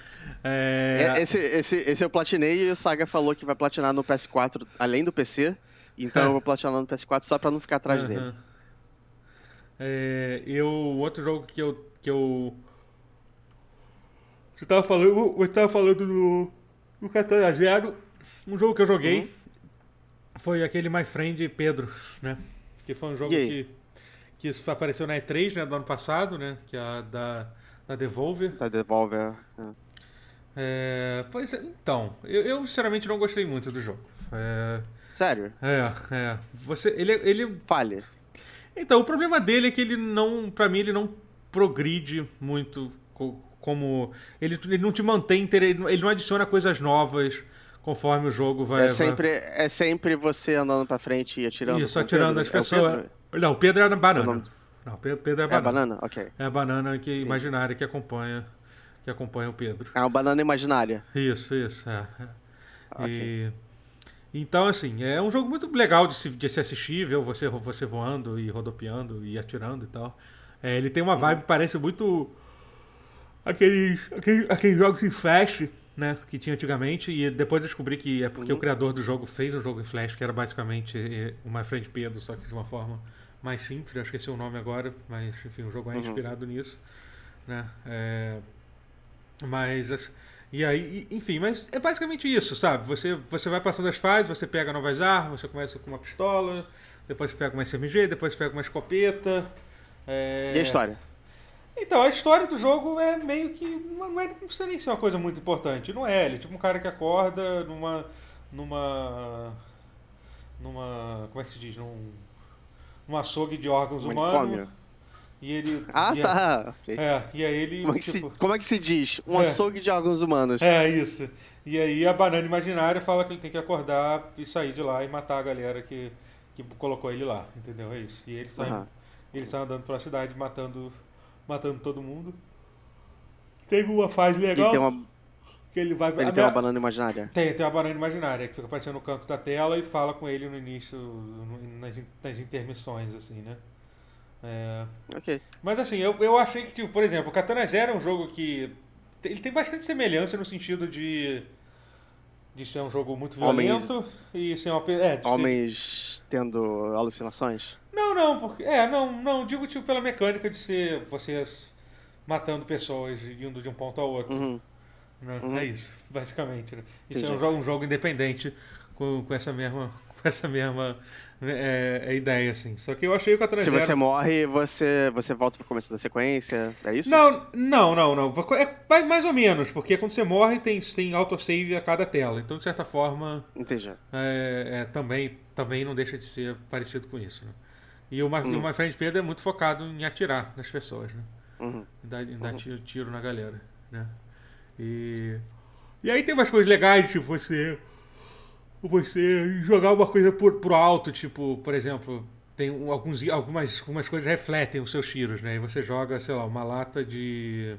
Esse eu platinei e o Saga falou que vai platinar no PS4 além do PC. Então eu vou platinar no PS4 só pra não ficar atrás dele. Outro jogo que eu Você tava falando do Katana Zero. Um jogo que eu joguei foi aquele My Friend Pedro, né? Que foi um jogo que apareceu na E3, né, do ano passado, né? Que é da Devolver. Da Devolver, Pois é, então, eu sinceramente não gostei muito do jogo. Sério? Ele... Fale. Então, o problema dele é que pra mim, ele não progride muito como... Ele não te mantém... Ele não adiciona coisas novas conforme o jogo vai... É sempre você andando pra frente e atirando. Isso, atirando as pessoas. Não, o Pedro é a banana. Não, Pedro é a banana. É a banana? Ok. É a banana imaginária que acompanha o Pedro. É uma banana imaginária. Isso. Okay. Então, assim, é um jogo muito legal de se assistir, ver você voando e rodopiando e atirando e tal. Ele tem uma vibe que parece muito aqueles jogos em Flash, né, que tinha antigamente, e depois descobri que é porque o criador do jogo fez um jogo em Flash, que era basicamente uma Friend Pedro, só que de uma forma mais simples, acho que esse é o nome agora, mas enfim, o jogo é inspirado nisso, né. E aí, enfim, mas é basicamente isso, sabe? Você vai passando as fases, você pega novas armas, você começa com uma pistola, depois você pega uma SMG, depois você pega uma escopeta. E a história? Então, a história do jogo é meio que. Não precisa nem ser uma coisa muito importante. Não é? Ele é tipo um cara que acorda numa. Como é que se diz? Num açougue de órgãos humanos. E ele. Tá. Ok. E aí ele. Como é que se diz? Um açougue de órgãos humanos. Isso. E aí a banana imaginária fala que ele tem que acordar e sair de lá e matar a galera que colocou ele lá. Entendeu? É isso. E ele sai andando pela cidade matando todo mundo. Tem uma fase legal. Que ele vai. Ele tem uma banana imaginária? Tem uma banana imaginária que fica aparecendo no canto da tela e fala com ele no início, nas intermissões, assim, né? Ok. Mas assim, eu achei que, tipo, por exemplo, o Katana Zero é um jogo que. Ele tem bastante semelhança no sentido de ser um jogo muito violento e ser uma. Homens tendo alucinações? Não, porque. Não, digo tipo pela mecânica de ser vocês matando pessoas e indo de um ponto ao outro. Uhum. É isso, basicamente. Né? Isso é um jogo independente com essa mesma ideia, assim. Só que eu achei o Katana Zero... Se você morre, você volta pro começo da sequência, é isso? Não. É mais ou menos, porque quando você morre tem autosave a cada tela. Então, de certa forma... Entendi. Também não deixa de ser parecido com isso, né? E o My Friend Pedro é muito focado em atirar nas pessoas, né? Em dar tiro na galera, né? E aí tem umas coisas legais, tipo, você jogar uma coisa pro alto, tipo, por exemplo, tem algumas coisas refletem os seus tiros, né? E você joga, sei lá, uma lata de...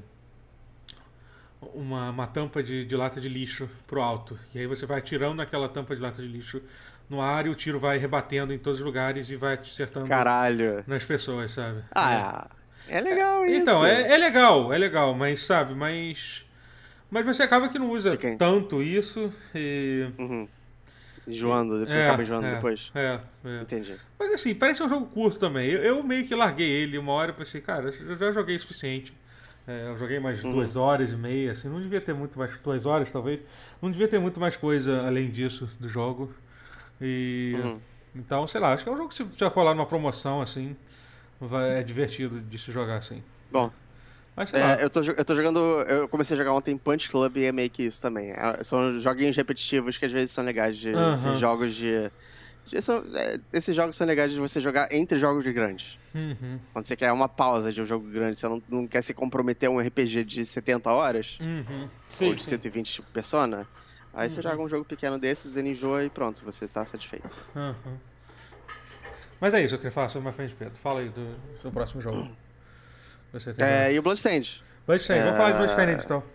Uma tampa de lata de lixo pro alto. E aí você vai atirando naquela tampa de lata de lixo no ar e o tiro vai rebatendo em todos os lugares e vai acertando nas pessoas, sabe? É legal isso. Então, é legal, mas, sabe, mas você acaba que não usa tanto isso e... acaba enjoando depois. Entendi. Mas assim, parece um jogo curto também. Eu meio que larguei ele uma hora e pensei, cara, eu já joguei o suficiente. Eu joguei mais 2h30, assim, não devia ter muito mais, 2 horas talvez. Não devia ter muito mais coisa além disso do jogo. Então, sei lá, acho que é um jogo que se já rolar numa promoção, assim, é divertido de se jogar assim. Bom. Mas, sei lá. Eu tô jogando. Eu comecei a jogar ontem Punch Club e é meio que isso também. São joguinhos repetitivos que às vezes são legais de ser jogos de. Esses jogos são legais de você jogar entre jogos grandes. Quando você quer uma pausa de um jogo grande, você não quer se comprometer a um RPG de 70 horas, ou de 120 tipo Persona, aí você joga um jogo pequeno desses, ele enjoa e pronto, você tá satisfeito. Mas é isso que eu queria falar sobre My Friend Pedro. Fala aí do seu próximo jogo. E o Bloodstained. Vamos falar de Bloodstained então.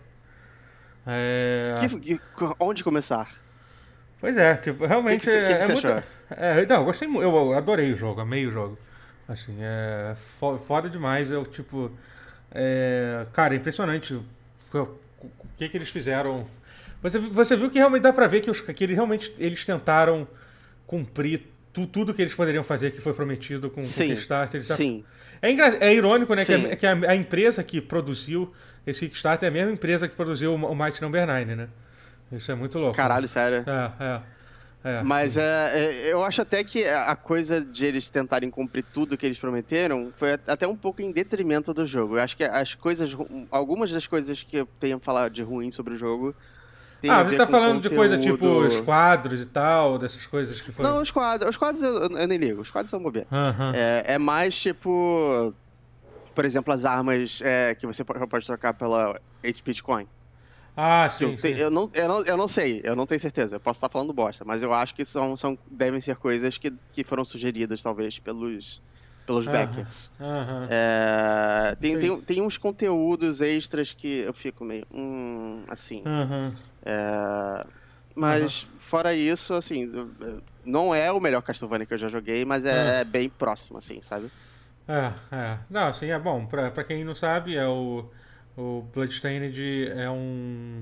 Onde começar? Pois é, tipo, realmente O que você achou? Não, gostei muito, eu adorei o jogo, amei o jogo. Assim, é foda demais, tipo... cara, é impressionante o que eles fizeram. Você viu que realmente dá pra ver que eles tentaram cumprir tudo que eles poderiam fazer que foi prometido com o Kickstarter. Sim. É irônico, né? Que a empresa que produziu esse Kickstarter é a mesma empresa que produziu o Mighty No. 9, né? Isso é muito louco. Caralho, sério. Mas eu acho até que a coisa de eles tentarem cumprir tudo que eles prometeram foi até um pouco em detrimento do jogo. Eu acho que algumas das coisas que eu tenho falado de ruim sobre o jogo tem a ver você tá com falando conteúdo... de coisa tipo os quadros e tal, dessas coisas que foram... Não, os quadros eu nem ligo, os quadros são bobeira. É mais tipo, por exemplo, as armas que você pode trocar pela HP de Coin. Sim. Eu não sei, eu não tenho certeza, eu posso estar falando bosta, mas eu acho que devem ser coisas que foram sugeridas, talvez, pelos backers. Tem uns conteúdos extras que eu fico meio, assim. Mas, fora isso, assim, não é o melhor Castlevania que eu já joguei, mas é bem próximo, assim, sabe? Não, assim, é bom, pra quem não sabe, o Bloodstained é um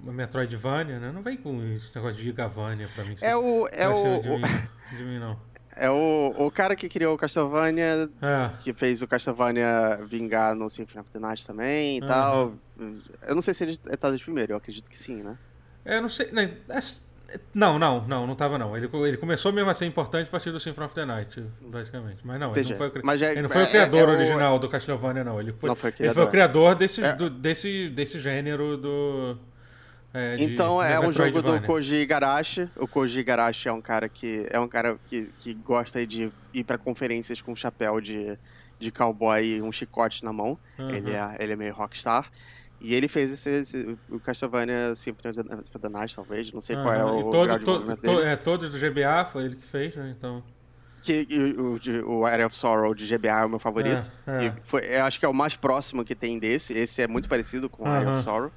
Metroidvania, né? Não vem com esse negócio de Gigavania pra mim. De mim, não. É o cara que criou o Castlevania, que fez o Castlevania vingar no Symphony of the Night também e tal. Eu não sei se ele tá desde primeiro, eu acredito que sim, né? Eu não sei. Não tava não. Ele começou mesmo a ser importante a partir do Symphony of the Night, basicamente. Mas não, ele não foi, ele não foi o criador original do Castlevania, não. Ele foi o criador desse gênero do... Então é um jogo do Koji Igarashi. O Koji Igarashi é um cara que gosta de ir pra conferências com um chapéu de cowboy e um chicote na mão. Ele é meio rockstar. E ele fez o Castlevania Symphony of the Night, talvez. Não sei qual é o grau de desenvolvimento dele. Todos do GBA foi ele que fez, né? Então... O Area of Sorrow de GBA é o meu favorito. Eu acho que é o mais próximo que tem desse. Esse é muito parecido com o Area of Sorrow.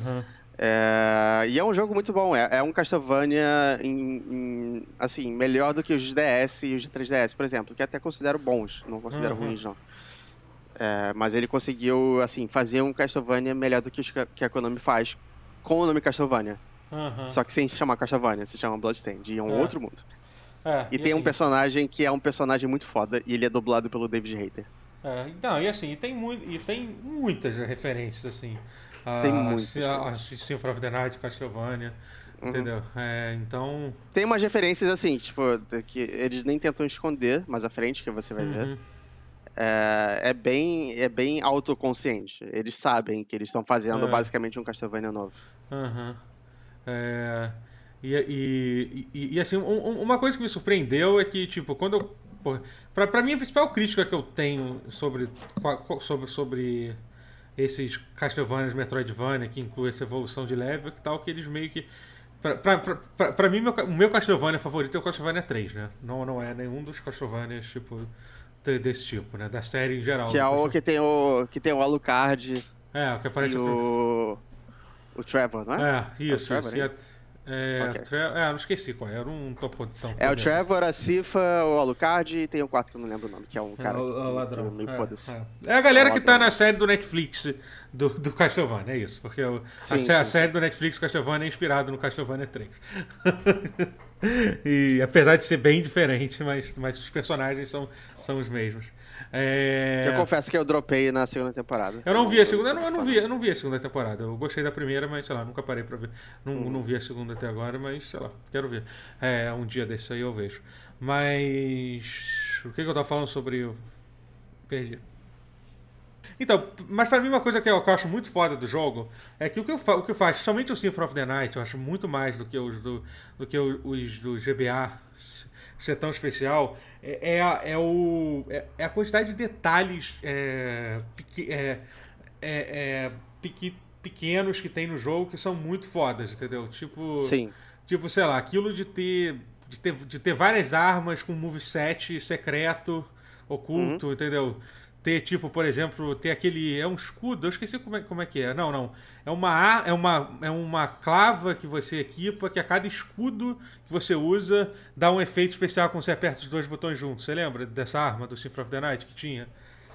E é um jogo muito bom. É um Castlevania assim, melhor do que os de DS e os de 3DS, por exemplo, que até considero bons, não considero ruins, não. Mas ele conseguiu, assim, fazer um Castlevania melhor do que a Konami faz com o nome Castlevania. Só que sem se chamar Castlevania, se chama Bloodstained, e é um outro mundo. E tem um personagem que é um personagem muito foda, e ele é dublado pelo David Hayter. Tem muitas referências, assim. Tem muitas. Symphony of the Night, Castlevania, entendeu? Então... Tem umas referências, assim, tipo, que eles nem tentam esconder mais à frente, que você vai ver. É bem autoconsciente. Eles sabem que eles estão fazendo basicamente um Castlevania novo. E assim, uma coisa que me surpreendeu é que, tipo, quando eu... Pra mim, a principal crítica que eu tenho sobre esses Castlevanias Metroidvania, que inclui essa evolução de level e tal, que eles meio que... Pra mim, o meu Castlevania favorito é o Castlevania 3, né? Não é nenhum dos Castlevanias, tipo... desse tipo, né? Da série em geral. Que é o que tem o Alucard. O que aparece e o Trevor, não é? Isso. É o Trevor, não esqueci qual era um topo tão. O Trevor, a Cifa, o Alucard e tem o quarto que eu não lembro o nome, que é um cara ladrão. Que meio foda-se. É a galera que tá na série do Netflix do Castlevania, é isso. Porque a série do Netflix Castlevania é inspirada no Castlevania 3. E apesar de ser bem diferente, mas os personagens são os mesmos. Eu confesso que eu dropei na segunda temporada. Eu não vi a segunda, eu não vi a segunda temporada. Eu gostei da primeira, mas sei lá, nunca parei pra ver. Não vi a segunda até agora, mas sei lá, quero ver. Um dia desse aí eu vejo. Mas o que eu tava falando sobre... Perdi. Então, mas pra mim uma coisa que eu acho muito foda do jogo é que o que faz, somente o Symphony of the Night, eu acho muito mais do que os do GBA ser tão especial, é a quantidade de detalhes pequenos que tem no jogo que são muito fodas, entendeu? Tipo, sei lá, aquilo de ter várias armas com moveset secreto, oculto, entendeu? Ter, tipo, por exemplo, ter aquele... É um escudo, eu esqueci como é que é. Não. É uma clava que você equipa, que a cada escudo que você usa dá um efeito especial quando você aperta os dois botões juntos. Você lembra dessa arma do Symphony of the Night que tinha?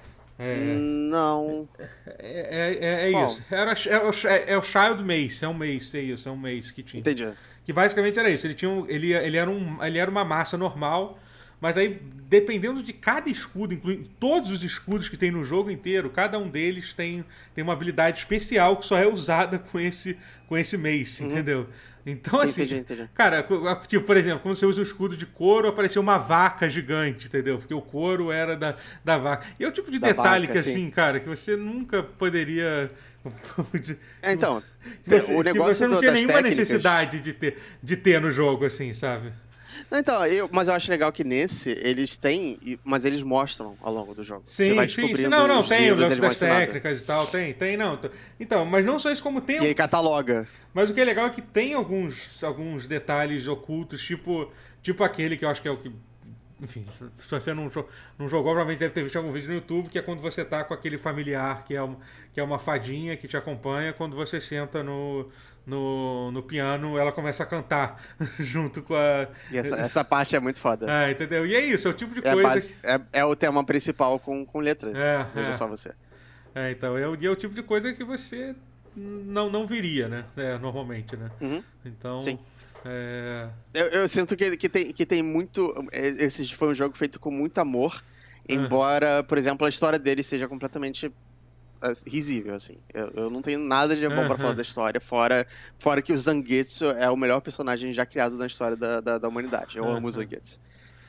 Não. É isso. É o Child Mace, é um Mace que tinha. Entendi. Que basicamente era isso. Ele era uma massa normal... Mas aí, dependendo de cada escudo, incluindo todos os escudos que tem no jogo inteiro, cada um deles tem uma habilidade especial que só é usada com esse Mace, entendeu? Então, assim, entendi. Cara, tipo, por exemplo, quando você usa o escudo de couro, apareceu uma vaca gigante, entendeu? Porque o couro era da vaca. E é o tipo de detalhe vaca, que, assim, cara, que você nunca poderia... Então, o negócio você não tinha nenhuma necessidade de ter no jogo, assim, sabe? Então, mas eu acho legal que nesse, eles têm, mas eles mostram ao longo do jogo. Sim, você vai descobrindo tem o lance das técnicas e tal, tem, não. Então, mas não só isso, como tem... E ele cataloga. Mas o que é legal é que tem alguns detalhes ocultos, tipo aquele que eu acho que é o que... Enfim, se você não jogou, provavelmente deve ter visto algum vídeo no YouTube, que é quando você tá com aquele familiar, que é uma fadinha que te acompanha, quando você senta no piano, ela começa a cantar junto com a... E essa parte é muito foda. Entendeu? E é isso, é o tipo de coisa... É o tema principal com letras. Veja só você. Então, é o tipo de coisa que você não viria, né? Normalmente, né? Uhum. Então... Sim. Eu sinto que tem muito... Esse foi um jogo feito com muito amor, embora, por exemplo, a história dele seja completamente risível, assim. Eu não tenho nada de bom pra falar da história, fora que o Zangetsu é o melhor personagem já criado na história da humanidade. Eu amo o Zangetsu.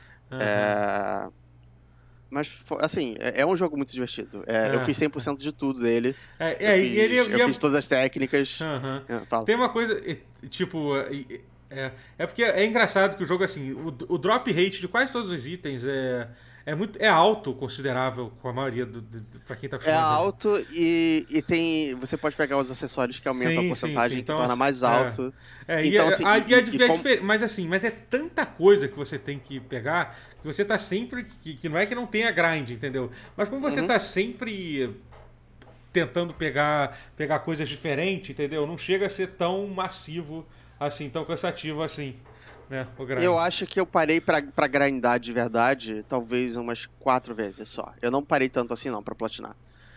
Mas, assim, é um jogo muito divertido. Eu fiz 100% de tudo dele. Eu fiz todas as técnicas. Tem uma coisa, tipo... É porque é engraçado que o jogo, assim, o drop rate de quase todos os itens é alto, considerável, com a maioria pra quem tá acostumado. É alto e tem... Você pode pegar os acessórios que aumentam a porcentagem, então, que torna mais alto. Então, assim... Mas é tanta coisa que você tem que pegar, que você tá sempre... Que não é que não tenha grind, entendeu? Mas como você tá sempre tentando pegar coisas diferentes, entendeu? Não chega a ser tão massivo assim, tão cansativo assim, né? Eu acho que eu parei pra grindar de verdade talvez umas 4 vezes só. Eu não parei tanto assim não pra platinar.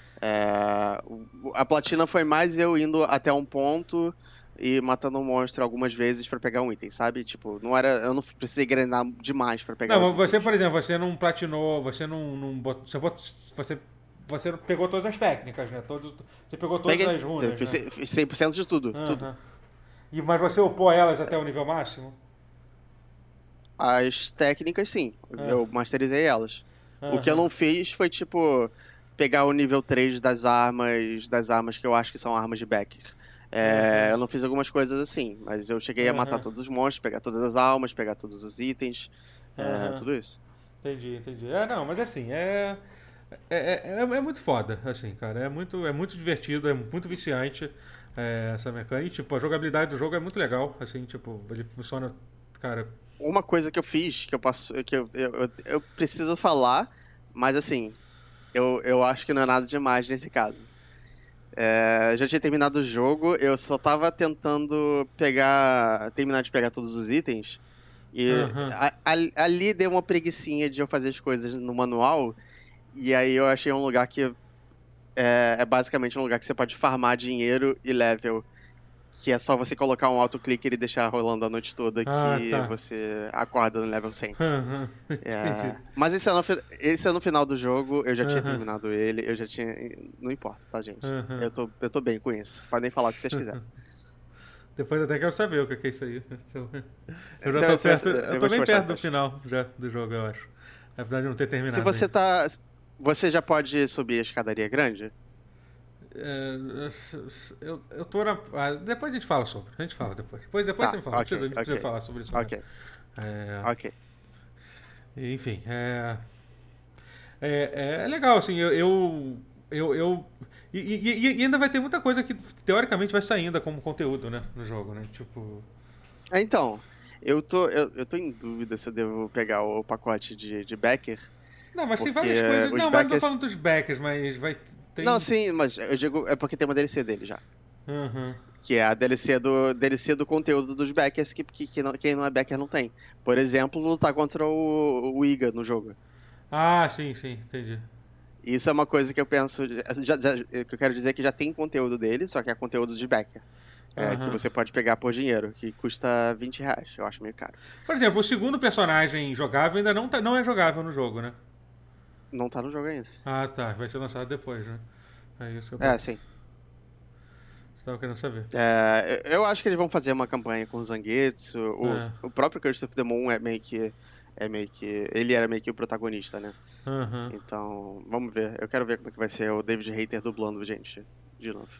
A platina foi mais eu indo até um ponto e matando um monstro algumas vezes pra pegar um item, sabe? Tipo, eu não precisei grindar demais pra pegar. Não, mas você, por exemplo, você não platinou, você não botou, você pegou todas as técnicas, né? Você pegou todas as runas. Eu fiz 100% de tudo, tudo. Mas você upou elas até o nível máximo? As técnicas, sim. Eu masterizei elas. O que eu não fiz foi, tipo, pegar o nível 3 das armas que eu acho que são armas de Becker. Eu não fiz algumas coisas assim, mas eu cheguei a matar todos os monstros, pegar todas as almas, pegar todos os itens, tudo isso. Entendi. Não, mas assim, é muito foda, assim, cara. É muito divertido, é muito viciante essa mecânica. E, tipo, a jogabilidade do jogo é muito legal, assim, tipo, ele funciona, cara... Uma coisa que eu fiz, que eu preciso falar, mas assim, eu acho que não é nada demais nesse caso. Eu já tinha terminado o jogo, eu só tava tentando terminar de pegar todos os itens, e ali deu uma preguicinha de eu fazer as coisas no manual, e aí eu achei um lugar que é basicamente um lugar que você pode farmar dinheiro e level, que é só você colocar um autoclicker e deixar rolando a noite toda você acorda no level 100. Mas esse é no final do jogo, eu já tinha terminado ele, eu já tinha... Não importa, tá, gente? Eu tô bem com isso. Podem falar o que vocês quiserem. Depois eu até quero saber o que é isso aí. Eu já tô perto, eu tô bem perto do final já do jogo, eu acho. Apesar de não ter terminado. Se você Você já pode subir a escadaria grande? Eu tô na... depois a gente fala sobre. A gente fala depois. Depois você me fala. A gente precisa falar sobre isso. Ok. Enfim, é legal, assim, e ainda vai ter muita coisa que teoricamente vai sair ainda como conteúdo, né, no jogo, né, tipo... Então, eu tô em dúvida se eu devo pegar o pacote de Becker. Não, mas tem várias coisas... Não, mas não tô falando dos Beckers, mas vai... Não, sim, mas eu digo... É porque tem uma DLC dele já. Que é a DLC do conteúdo dos Beckers que quem não é Becker não tem. Por exemplo, lutar contra o Iga no jogo. Ah, sim, entendi. Isso é uma coisa que eu penso... que eu quero dizer que já tem conteúdo dele, só que é conteúdo de Becker. Que você pode pegar por dinheiro, que custa R$20. Eu acho meio caro. Por exemplo, o segundo personagem jogável ainda não é jogável no jogo, né? Não tá no jogo ainda. Ah, tá. Vai ser lançado depois, né? É isso que eu tô... sim. Você tava querendo saber. Eu acho que eles vão fazer uma campanha com o Zangetsu. O próprio Curse of the Moon é meio que... Ele era meio que o protagonista, né? Então, vamos ver. Eu quero ver como é que vai ser o David Hayter dublando gente de novo.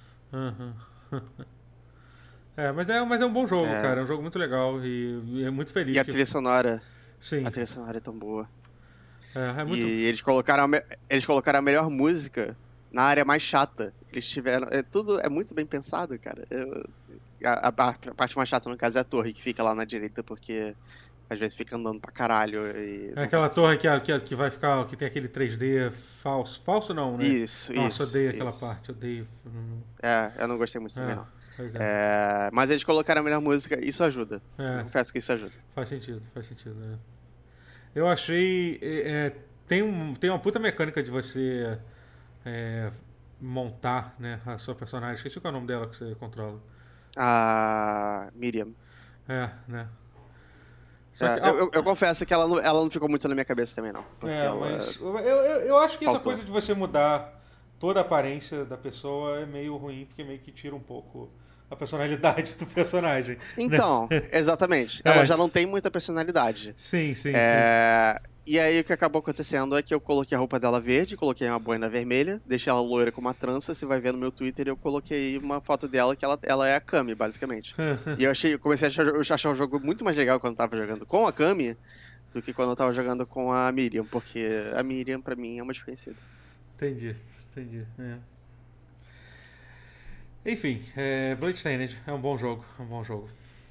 Mas é um bom jogo, cara. É um jogo muito legal e é muito feliz. E a trilha sonora... Sim. A trilha sonora é tão boa. Muito... E eles colocaram a melhor música na área mais chata. Eles tiveram... Tudo é muito bem pensado, cara. A parte mais chata, no caso, é a torre que fica lá na direita, porque às vezes fica andando pra caralho. Aquela torre que vai ficar... Que tem aquele 3D falso. Falso não, né? Isso. Nossa, odeio aquela parte. Odeio. Eu não gostei muito também, não. Mas eles colocaram a melhor música, isso ajuda. Eu confesso que isso ajuda. Faz sentido. Eu achei... tem uma puta mecânica de você montar, né, a sua personagem. Esqueci qual é o nome dela que você controla. A Miriam. né? Eu confesso que ela não ficou muito na minha cabeça também, não. Mas eu acho que essa coisa de você mudar toda a aparência da pessoa é meio ruim, porque meio que tira um pouco a personalidade do personagem. Então, né? Exatamente. Ela já não tem muita personalidade. Sim. E aí o que acabou acontecendo é que eu coloquei a roupa dela verde, coloquei uma boina vermelha, deixei ela loira com uma trança. Você vai ver no meu Twitter, eu coloquei uma foto dela que ela é a Kami, basicamente. E eu comecei a achar o jogo muito mais legal quando eu tava jogando com a Kami do que quando eu tava jogando com a Miriam, porque a Miriam pra mim é uma desconhecida. Entendi. Enfim, Bloodstained é um bom jogo. É um bom jogo.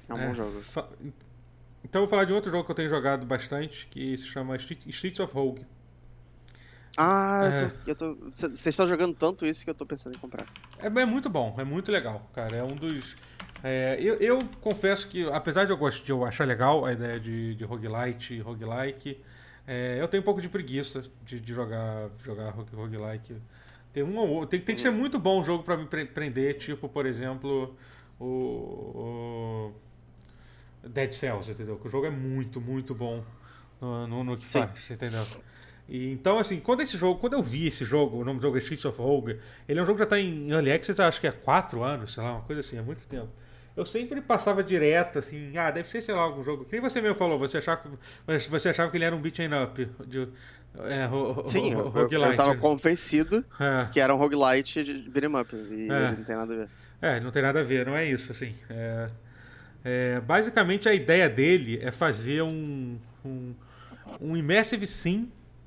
Então eu vou falar de outro jogo que eu tenho jogado bastante, que se chama Streets of Rogue. Vocês estão jogando tanto isso que eu tô pensando em comprar. É muito bom, é muito legal, cara. É um dos... eu confesso que, apesar de eu achar legal a ideia de roguelite e roguelike, eu tenho um pouco de preguiça de jogar roguelike. Tem que ser muito bom o jogo pra me prender, tipo, por exemplo, o Dead Cells, entendeu? Que o jogo é muito, muito bom no que faz, entendeu? E, então, assim, quando eu vi esse jogo, o nome do jogo é Streets of Rogue, ele é um jogo que já tá em Early Access, acho que há 4 anos, sei lá, uma coisa assim, há muito tempo. Eu sempre passava direto, assim, deve ser, sei lá, algum jogo. Que nem você mesmo falou, você achava que ele era um beat'em up. Sim, eu tava convencido que era um roguelite de beat'em up, e ele não tem nada a ver. Não tem nada a ver, não é isso, assim. Basicamente a ideia dele é fazer um Immersive Sim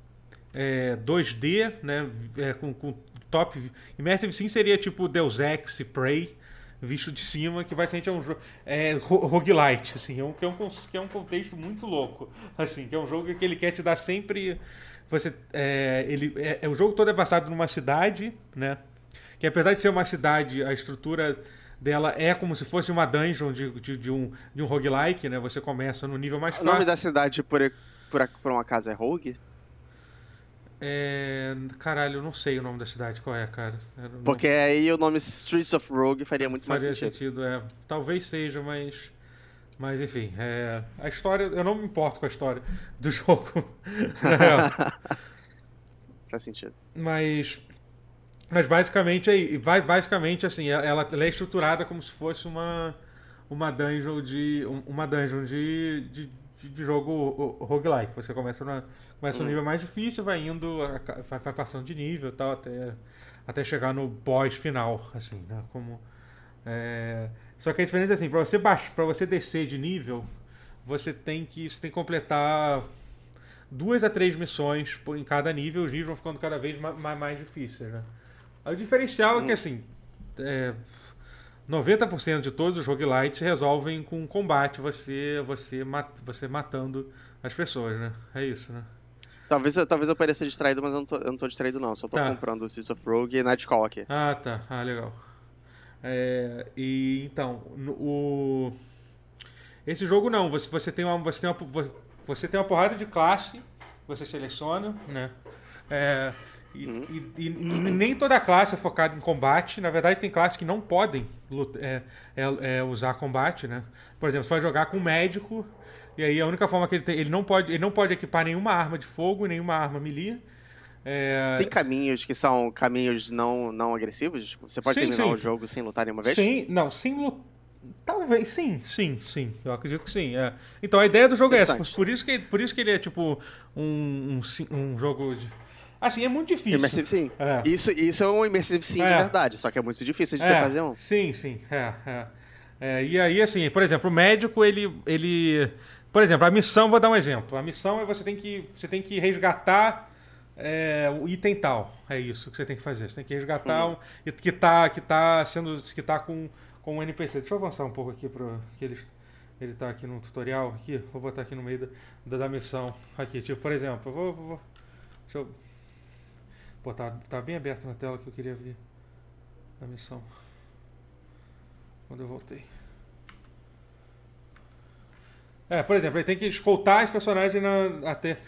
2D, né, com top... Immersive Sim seria tipo Deus Ex e Prey, visto de cima, que vai ser um jogo roguelite, assim, que é um contexto muito louco, assim, que é um jogo que ele quer te dar sempre... o jogo todo é passado numa cidade, né, que apesar de ser uma cidade, a estrutura dela é como se fosse uma dungeon de um roguelike, né, você começa no nível mais fácil. O nome da cidade, por um acaso, é Rogue? Caralho, eu não sei o nome da cidade, qual é, cara? Porque aí o nome Streets of Rogue faria muito mais sentido. Talvez seja, mas enfim, a história, eu não me importo com a história do jogo. Faz sentido. Mas basicamente assim, ela é estruturada como se fosse uma dungeon de jogo roguelike. Você começa no nível mais difícil, vai indo, vai passando de nível e tal, até chegar no boss final, assim, né? Só que a diferença é assim, pra você descer de nível, você tem que completar 2 a 3 missões em cada nível, os níveis vão ficando cada vez mais difíceis, né? O diferencial é que, assim, 90% de todos os roguelites resolvem com combate, você matando as pessoas, né? É isso, né? Talvez eu pareça distraído, mas eu não tô distraído, não. Só tô comprando o Streets of Rogue e Nightcall aqui. Tá. Legal. E então, esse jogo não. Você tem uma porrada de classe, você seleciona, né? E nem toda classe é focada em combate. Na verdade, tem classes que não podem usar combate, né? Por exemplo, você vai jogar com um médico, e aí a única forma que ele não pode equipar nenhuma arma de fogo e nenhuma arma melee. Tem caminhos que são caminhos não agressivos? Tipo, você pode terminar o jogo sem lutar nenhuma vez? Sem lutar. Talvez, sim. Eu acredito que sim. Então a ideia do jogo é essa. Por isso que ele é tipo um jogo de... Assim, é muito difícil. Immersive Sim. Isso é um Immersive Sim de verdade, só que é muito difícil de você fazer um. Sim. E aí, assim, por exemplo, o médico, ele... Por exemplo, a missão, vou dar um exemplo. A missão é você tem que resgatar o item tal. É isso que você tem que fazer. Você tem que resgatar que tá com um NPC. Deixa eu avançar um pouco aqui que ele tá aqui no tutorial. Aqui, vou botar aqui no meio da missão. Aqui, tipo, por exemplo, deixa eu... Pô, tá bem aberto na tela que eu queria ver da missão. Quando eu voltei. Por exemplo, ele tem que escoltar os personagens até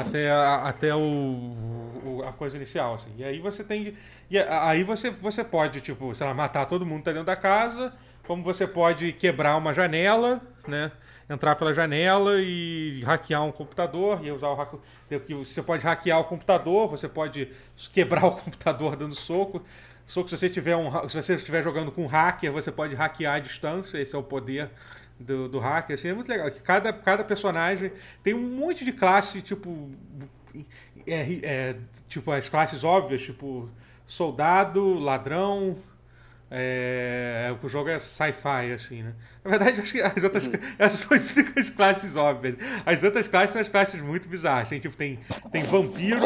a coisa inicial, assim. E aí você tem... aí você pode, tipo, sei lá, matar todo mundo que tá dentro da casa, como você pode quebrar uma janela, né? Entrar pela janela e hackear um computador e usar você pode hackear o computador, você pode quebrar o computador dando soco. Se você estiver jogando com hacker, você pode hackear à distância. Esse é o poder do hacker. Assim, é muito legal. Cada personagem tem um monte de classe, tipo as classes óbvias, tipo soldado, ladrão. O jogo é sci-fi, assim, né? Na verdade, acho que essas são as únicas classes óbvias. As outras classes são as classes muito bizarras. Tem vampiro,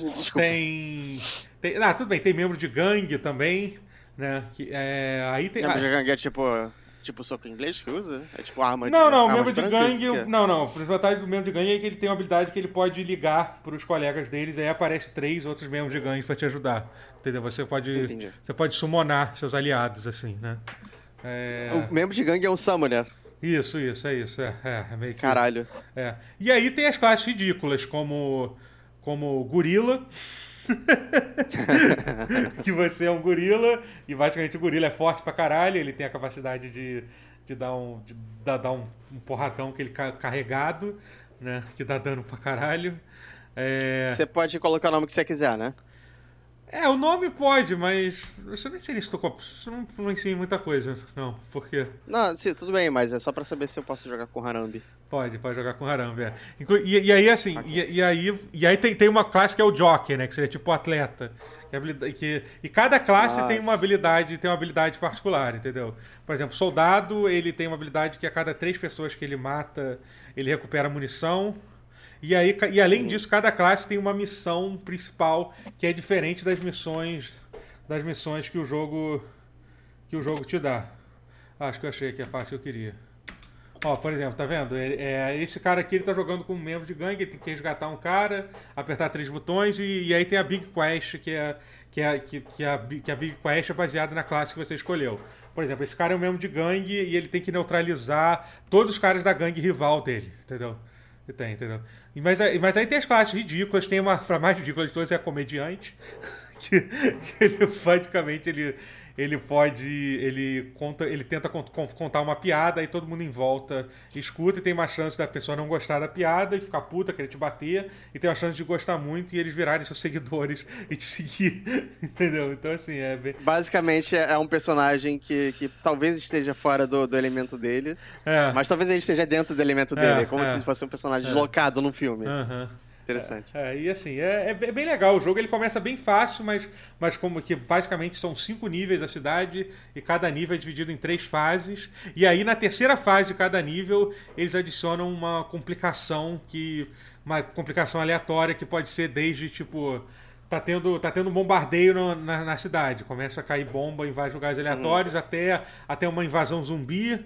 tudo bem, tem membro de gangue também, né? Aí tem. Membro de gangue é tipo soco inglês que usa? É tipo arma Não, membro de gangue. Não. A vantagem do membro de gangue é que ele tem uma habilidade que ele pode ligar para os colegas deles, e aí aparece 3 outros membros de gangue para te ajudar. Entendeu? Você pode summonar seus aliados, assim, né? O membro de gangue é um summoner. Isso, é isso. É meio que... Caralho. E aí tem as classes ridículas, como gorila. Que você é um gorila e basicamente o gorila é forte pra caralho, ele tem a capacidade de dar um porradão que ele carregado, né, que dá dano pra caralho. Você pode colocar o nome que você quiser, né? O nome pode, mas eu nem sei se isso não influencia em muita coisa, não, porque... Não, sim, tudo bem, mas é só pra saber se eu posso jogar com Harambe. Pode jogar com Harambe, E aí, assim, okay. e aí tem uma classe que é o Jockey, né, que seria tipo o atleta. E cada classe tem uma habilidade particular, entendeu? Por exemplo, soldado, ele tem uma habilidade que a cada 3 pessoas que ele mata, ele recupera munição. E além disso, cada classe tem uma missão principal que é diferente das missões que o jogo te dá. Acho que eu achei aqui a parte que eu queria. Ó, por exemplo, tá vendo? Esse cara aqui, ele tá jogando como membro de gangue, ele tem que resgatar um cara, apertar 3 botões e aí tem a Big Quest, que a Big Quest é baseada na classe que você escolheu. Por exemplo, esse cara é um membro de gangue e ele tem que neutralizar todos os caras da gangue rival dele, entendeu? Entendeu? Mas aí tem as classes ridículas, tem uma, pra mais ridícula de todas, é a comediante, que ele basicamente ele tenta contar uma piada e todo mundo em volta escuta e tem uma chance da pessoa não gostar da piada e ficar puta, querer te bater, e tem uma chance de gostar muito e eles virarem seus seguidores e te seguir, entendeu? Então assim, basicamente é um personagem que talvez esteja fora do elemento dele, mas talvez ele esteja dentro do elemento dele, como se fosse um personagem deslocado num filme. Interessante. E assim, é bem legal o jogo. Ele começa bem fácil, mas como que basicamente são 5 níveis da cidade e cada nível é dividido em 3 fases. E aí na terceira fase de cada nível eles adicionam uma complicação aleatória que pode ser desde tipo tá tendo um bombardeio na cidade, começa a cair bomba em vários lugares aleatórios até uma invasão zumbi.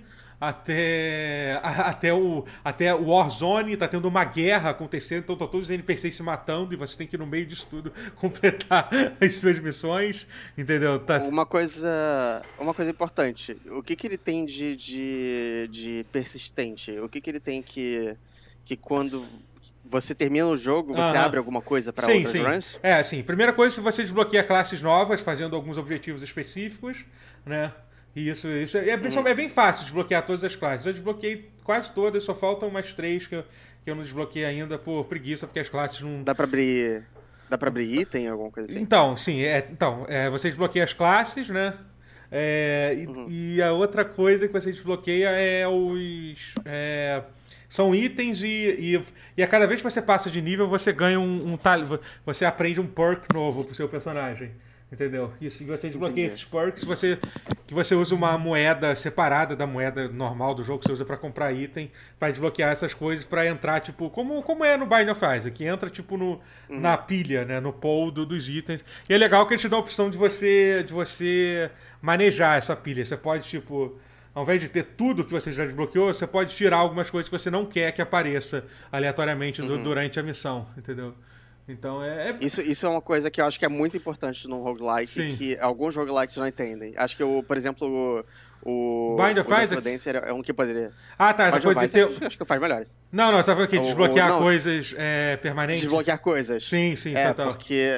Até o Warzone, tá tendo uma guerra acontecendo, então estão todos os NPCs se matando e você tem que ir no meio disso tudo completar as suas missões, entendeu? Uma coisa importante, o que ele tem de persistente? O que ele tem que quando você termina o jogo, você abre alguma coisa para outras runs? Sim. Primeira coisa, você desbloqueia classes novas, fazendo alguns objetivos específicos, né? Isso é bem fácil desbloquear todas as classes. Eu desbloqueei quase todas, só faltam umas 3 que eu não desbloqueei ainda por preguiça, porque as classes não... Dá pra abrir item, alguma coisa assim? Então, sim. Você desbloqueia as classes, né? E a outra coisa que você desbloqueia são itens e a cada vez que você passa de nível, você ganha você aprende um perk novo pro seu personagem. Entendeu? E se você desbloqueia esses perks, que você usa uma moeda separada da moeda normal do jogo que você usa pra comprar item, pra desbloquear essas coisas, pra entrar, tipo, como é no Binding of Isaac, que entra, tipo, na pilha, né? No pool dos itens. E é legal que eles te dão a opção de você manejar essa pilha. Você pode, tipo, ao invés de ter tudo que você já desbloqueou, você pode tirar algumas coisas que você não quer que apareça aleatoriamente durante a missão, entendeu? Então Isso é uma coisa que eu acho que é muito importante num roguelike, que alguns roguelikes não entendem. Acho que, por exemplo, o Binding of Isaac é um que poderia... Essa coisa de ter... Acho que faz melhores. Não, você tá falando aqui, desbloquear coisas permanentes? Desbloquear coisas. Sim, total. Porque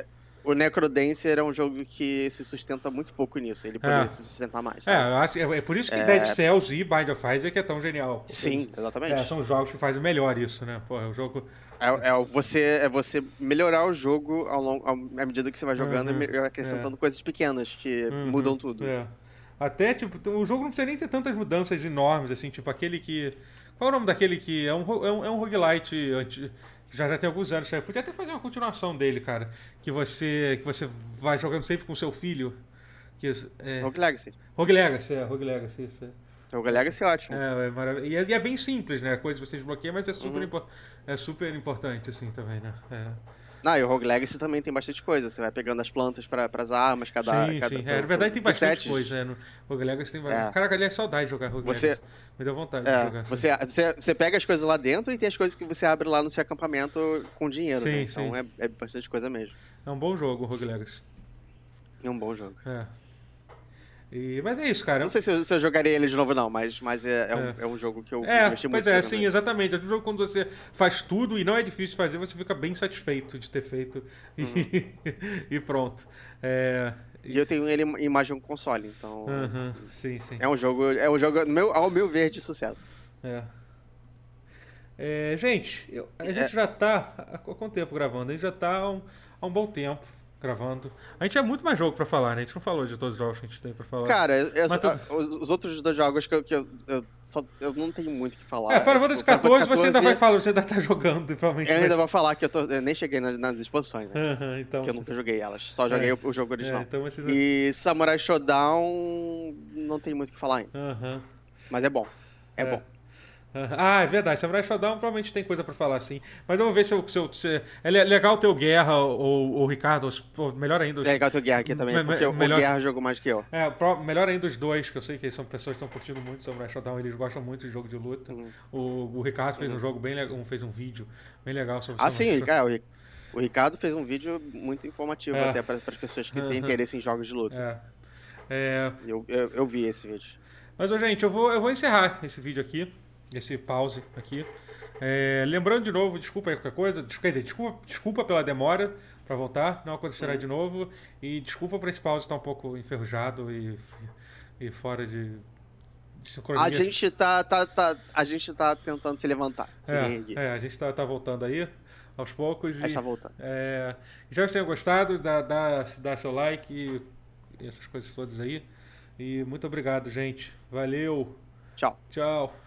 O Necrodancer é um jogo que se sustenta muito pouco nisso. Ele poderia se sustentar mais. Sabe? Eu acho, é por isso que Dead Cells e Bind of Isaac é tão genial. Sim, exatamente. São jogos que fazem melhor isso, né? Porra, o jogo... você melhorar o jogo à medida que você vai jogando e acrescentando coisas pequenas que mudam tudo. Até, tipo, o jogo não precisa nem ter tantas mudanças enormes, assim, tipo aquele que... Qual é o nome daquele que... É um roguelite que já tem alguns anos. Podia até fazer uma continuação dele, cara. Que você vai jogando sempre com seu filho. Rogue Legacy. Rogue Legacy, isso. Rogue Legacy é ótimo. É maravilhoso. E é bem simples, né? A coisa que você desbloqueia, mas é super importante, assim, também, né? E o Rogue Legacy também tem bastante coisa. Você vai pegando as plantas para as armas, Sim. Na verdade tem bastante coisa, né? No Rogue Legacy tem bastante. Caraca, aliás, saudade de jogar Rogue Legacy. Me deu vontade de jogar. Você pega as coisas lá dentro e tem as coisas que você abre lá no seu acampamento com dinheiro, né? Então é bastante coisa mesmo. É um bom jogo o Rogue Legacy. É um bom jogo. Mas é isso, cara. Não sei se eu jogaria ele de novo, não, mas é um jogo que eu investi muito. Pois sim, exatamente. É um jogo quando você faz tudo e não é difícil fazer, você fica bem satisfeito de ter feito e pronto. E eu tenho ele em imagem console, então. Sim. É um jogo ao meu ver, de sucesso. Gente, a gente já tá. Há quanto tempo gravando? A gente já tá há um bom tempo gravando. A gente é muito mais jogo pra falar, né? A gente não falou de todos os jogos que a gente tem pra falar. Cara, os outros dois jogos que eu não tenho muito o que falar. Final Fantasy XIV você ainda vai falar, você ainda tá jogando, provavelmente. Eu ainda vou falar que eu nem cheguei nas exposições, né? Então, que eu nunca joguei elas, só joguei o jogo original. Então E Samurai Shodown não tem muito o que falar ainda. Mas é bom. É bom. É verdade. Samurai Shodown provavelmente tem coisa pra falar, sim. Mas vamos ver se é legal ter o Guerra ou o Ricardo, ou melhor ainda... É legal ter o Guerra aqui também, porque o Guerra jogou mais que eu. Melhor ainda os dois, que eu sei que são pessoas que estão curtindo muito Samurai Shodown, eles gostam muito de jogo de luta. O Ricardo fez um jogo bem legal, fez um vídeo bem legal sobre Samurai Shodown. O Ricardo fez um vídeo muito informativo até para as pessoas que têm interesse em jogos de luta. Eu vi esse vídeo. Mas, gente, eu vou encerrar esse vídeo aqui. Esse pause aqui. Lembrando de novo, desculpa aí qualquer coisa. Quer dizer, desculpa pela demora pra voltar. Não acontecerá de novo. E desculpa por esse pause estar um pouco enferrujado e fora de sincronia. A gente tá tentando se levantar. A gente tá voltando aí aos poucos. A gente tá voltando. Já vocês tenham gostado, dá seu like e essas coisas todas aí. E muito obrigado, gente. Valeu. Tchau. Tchau.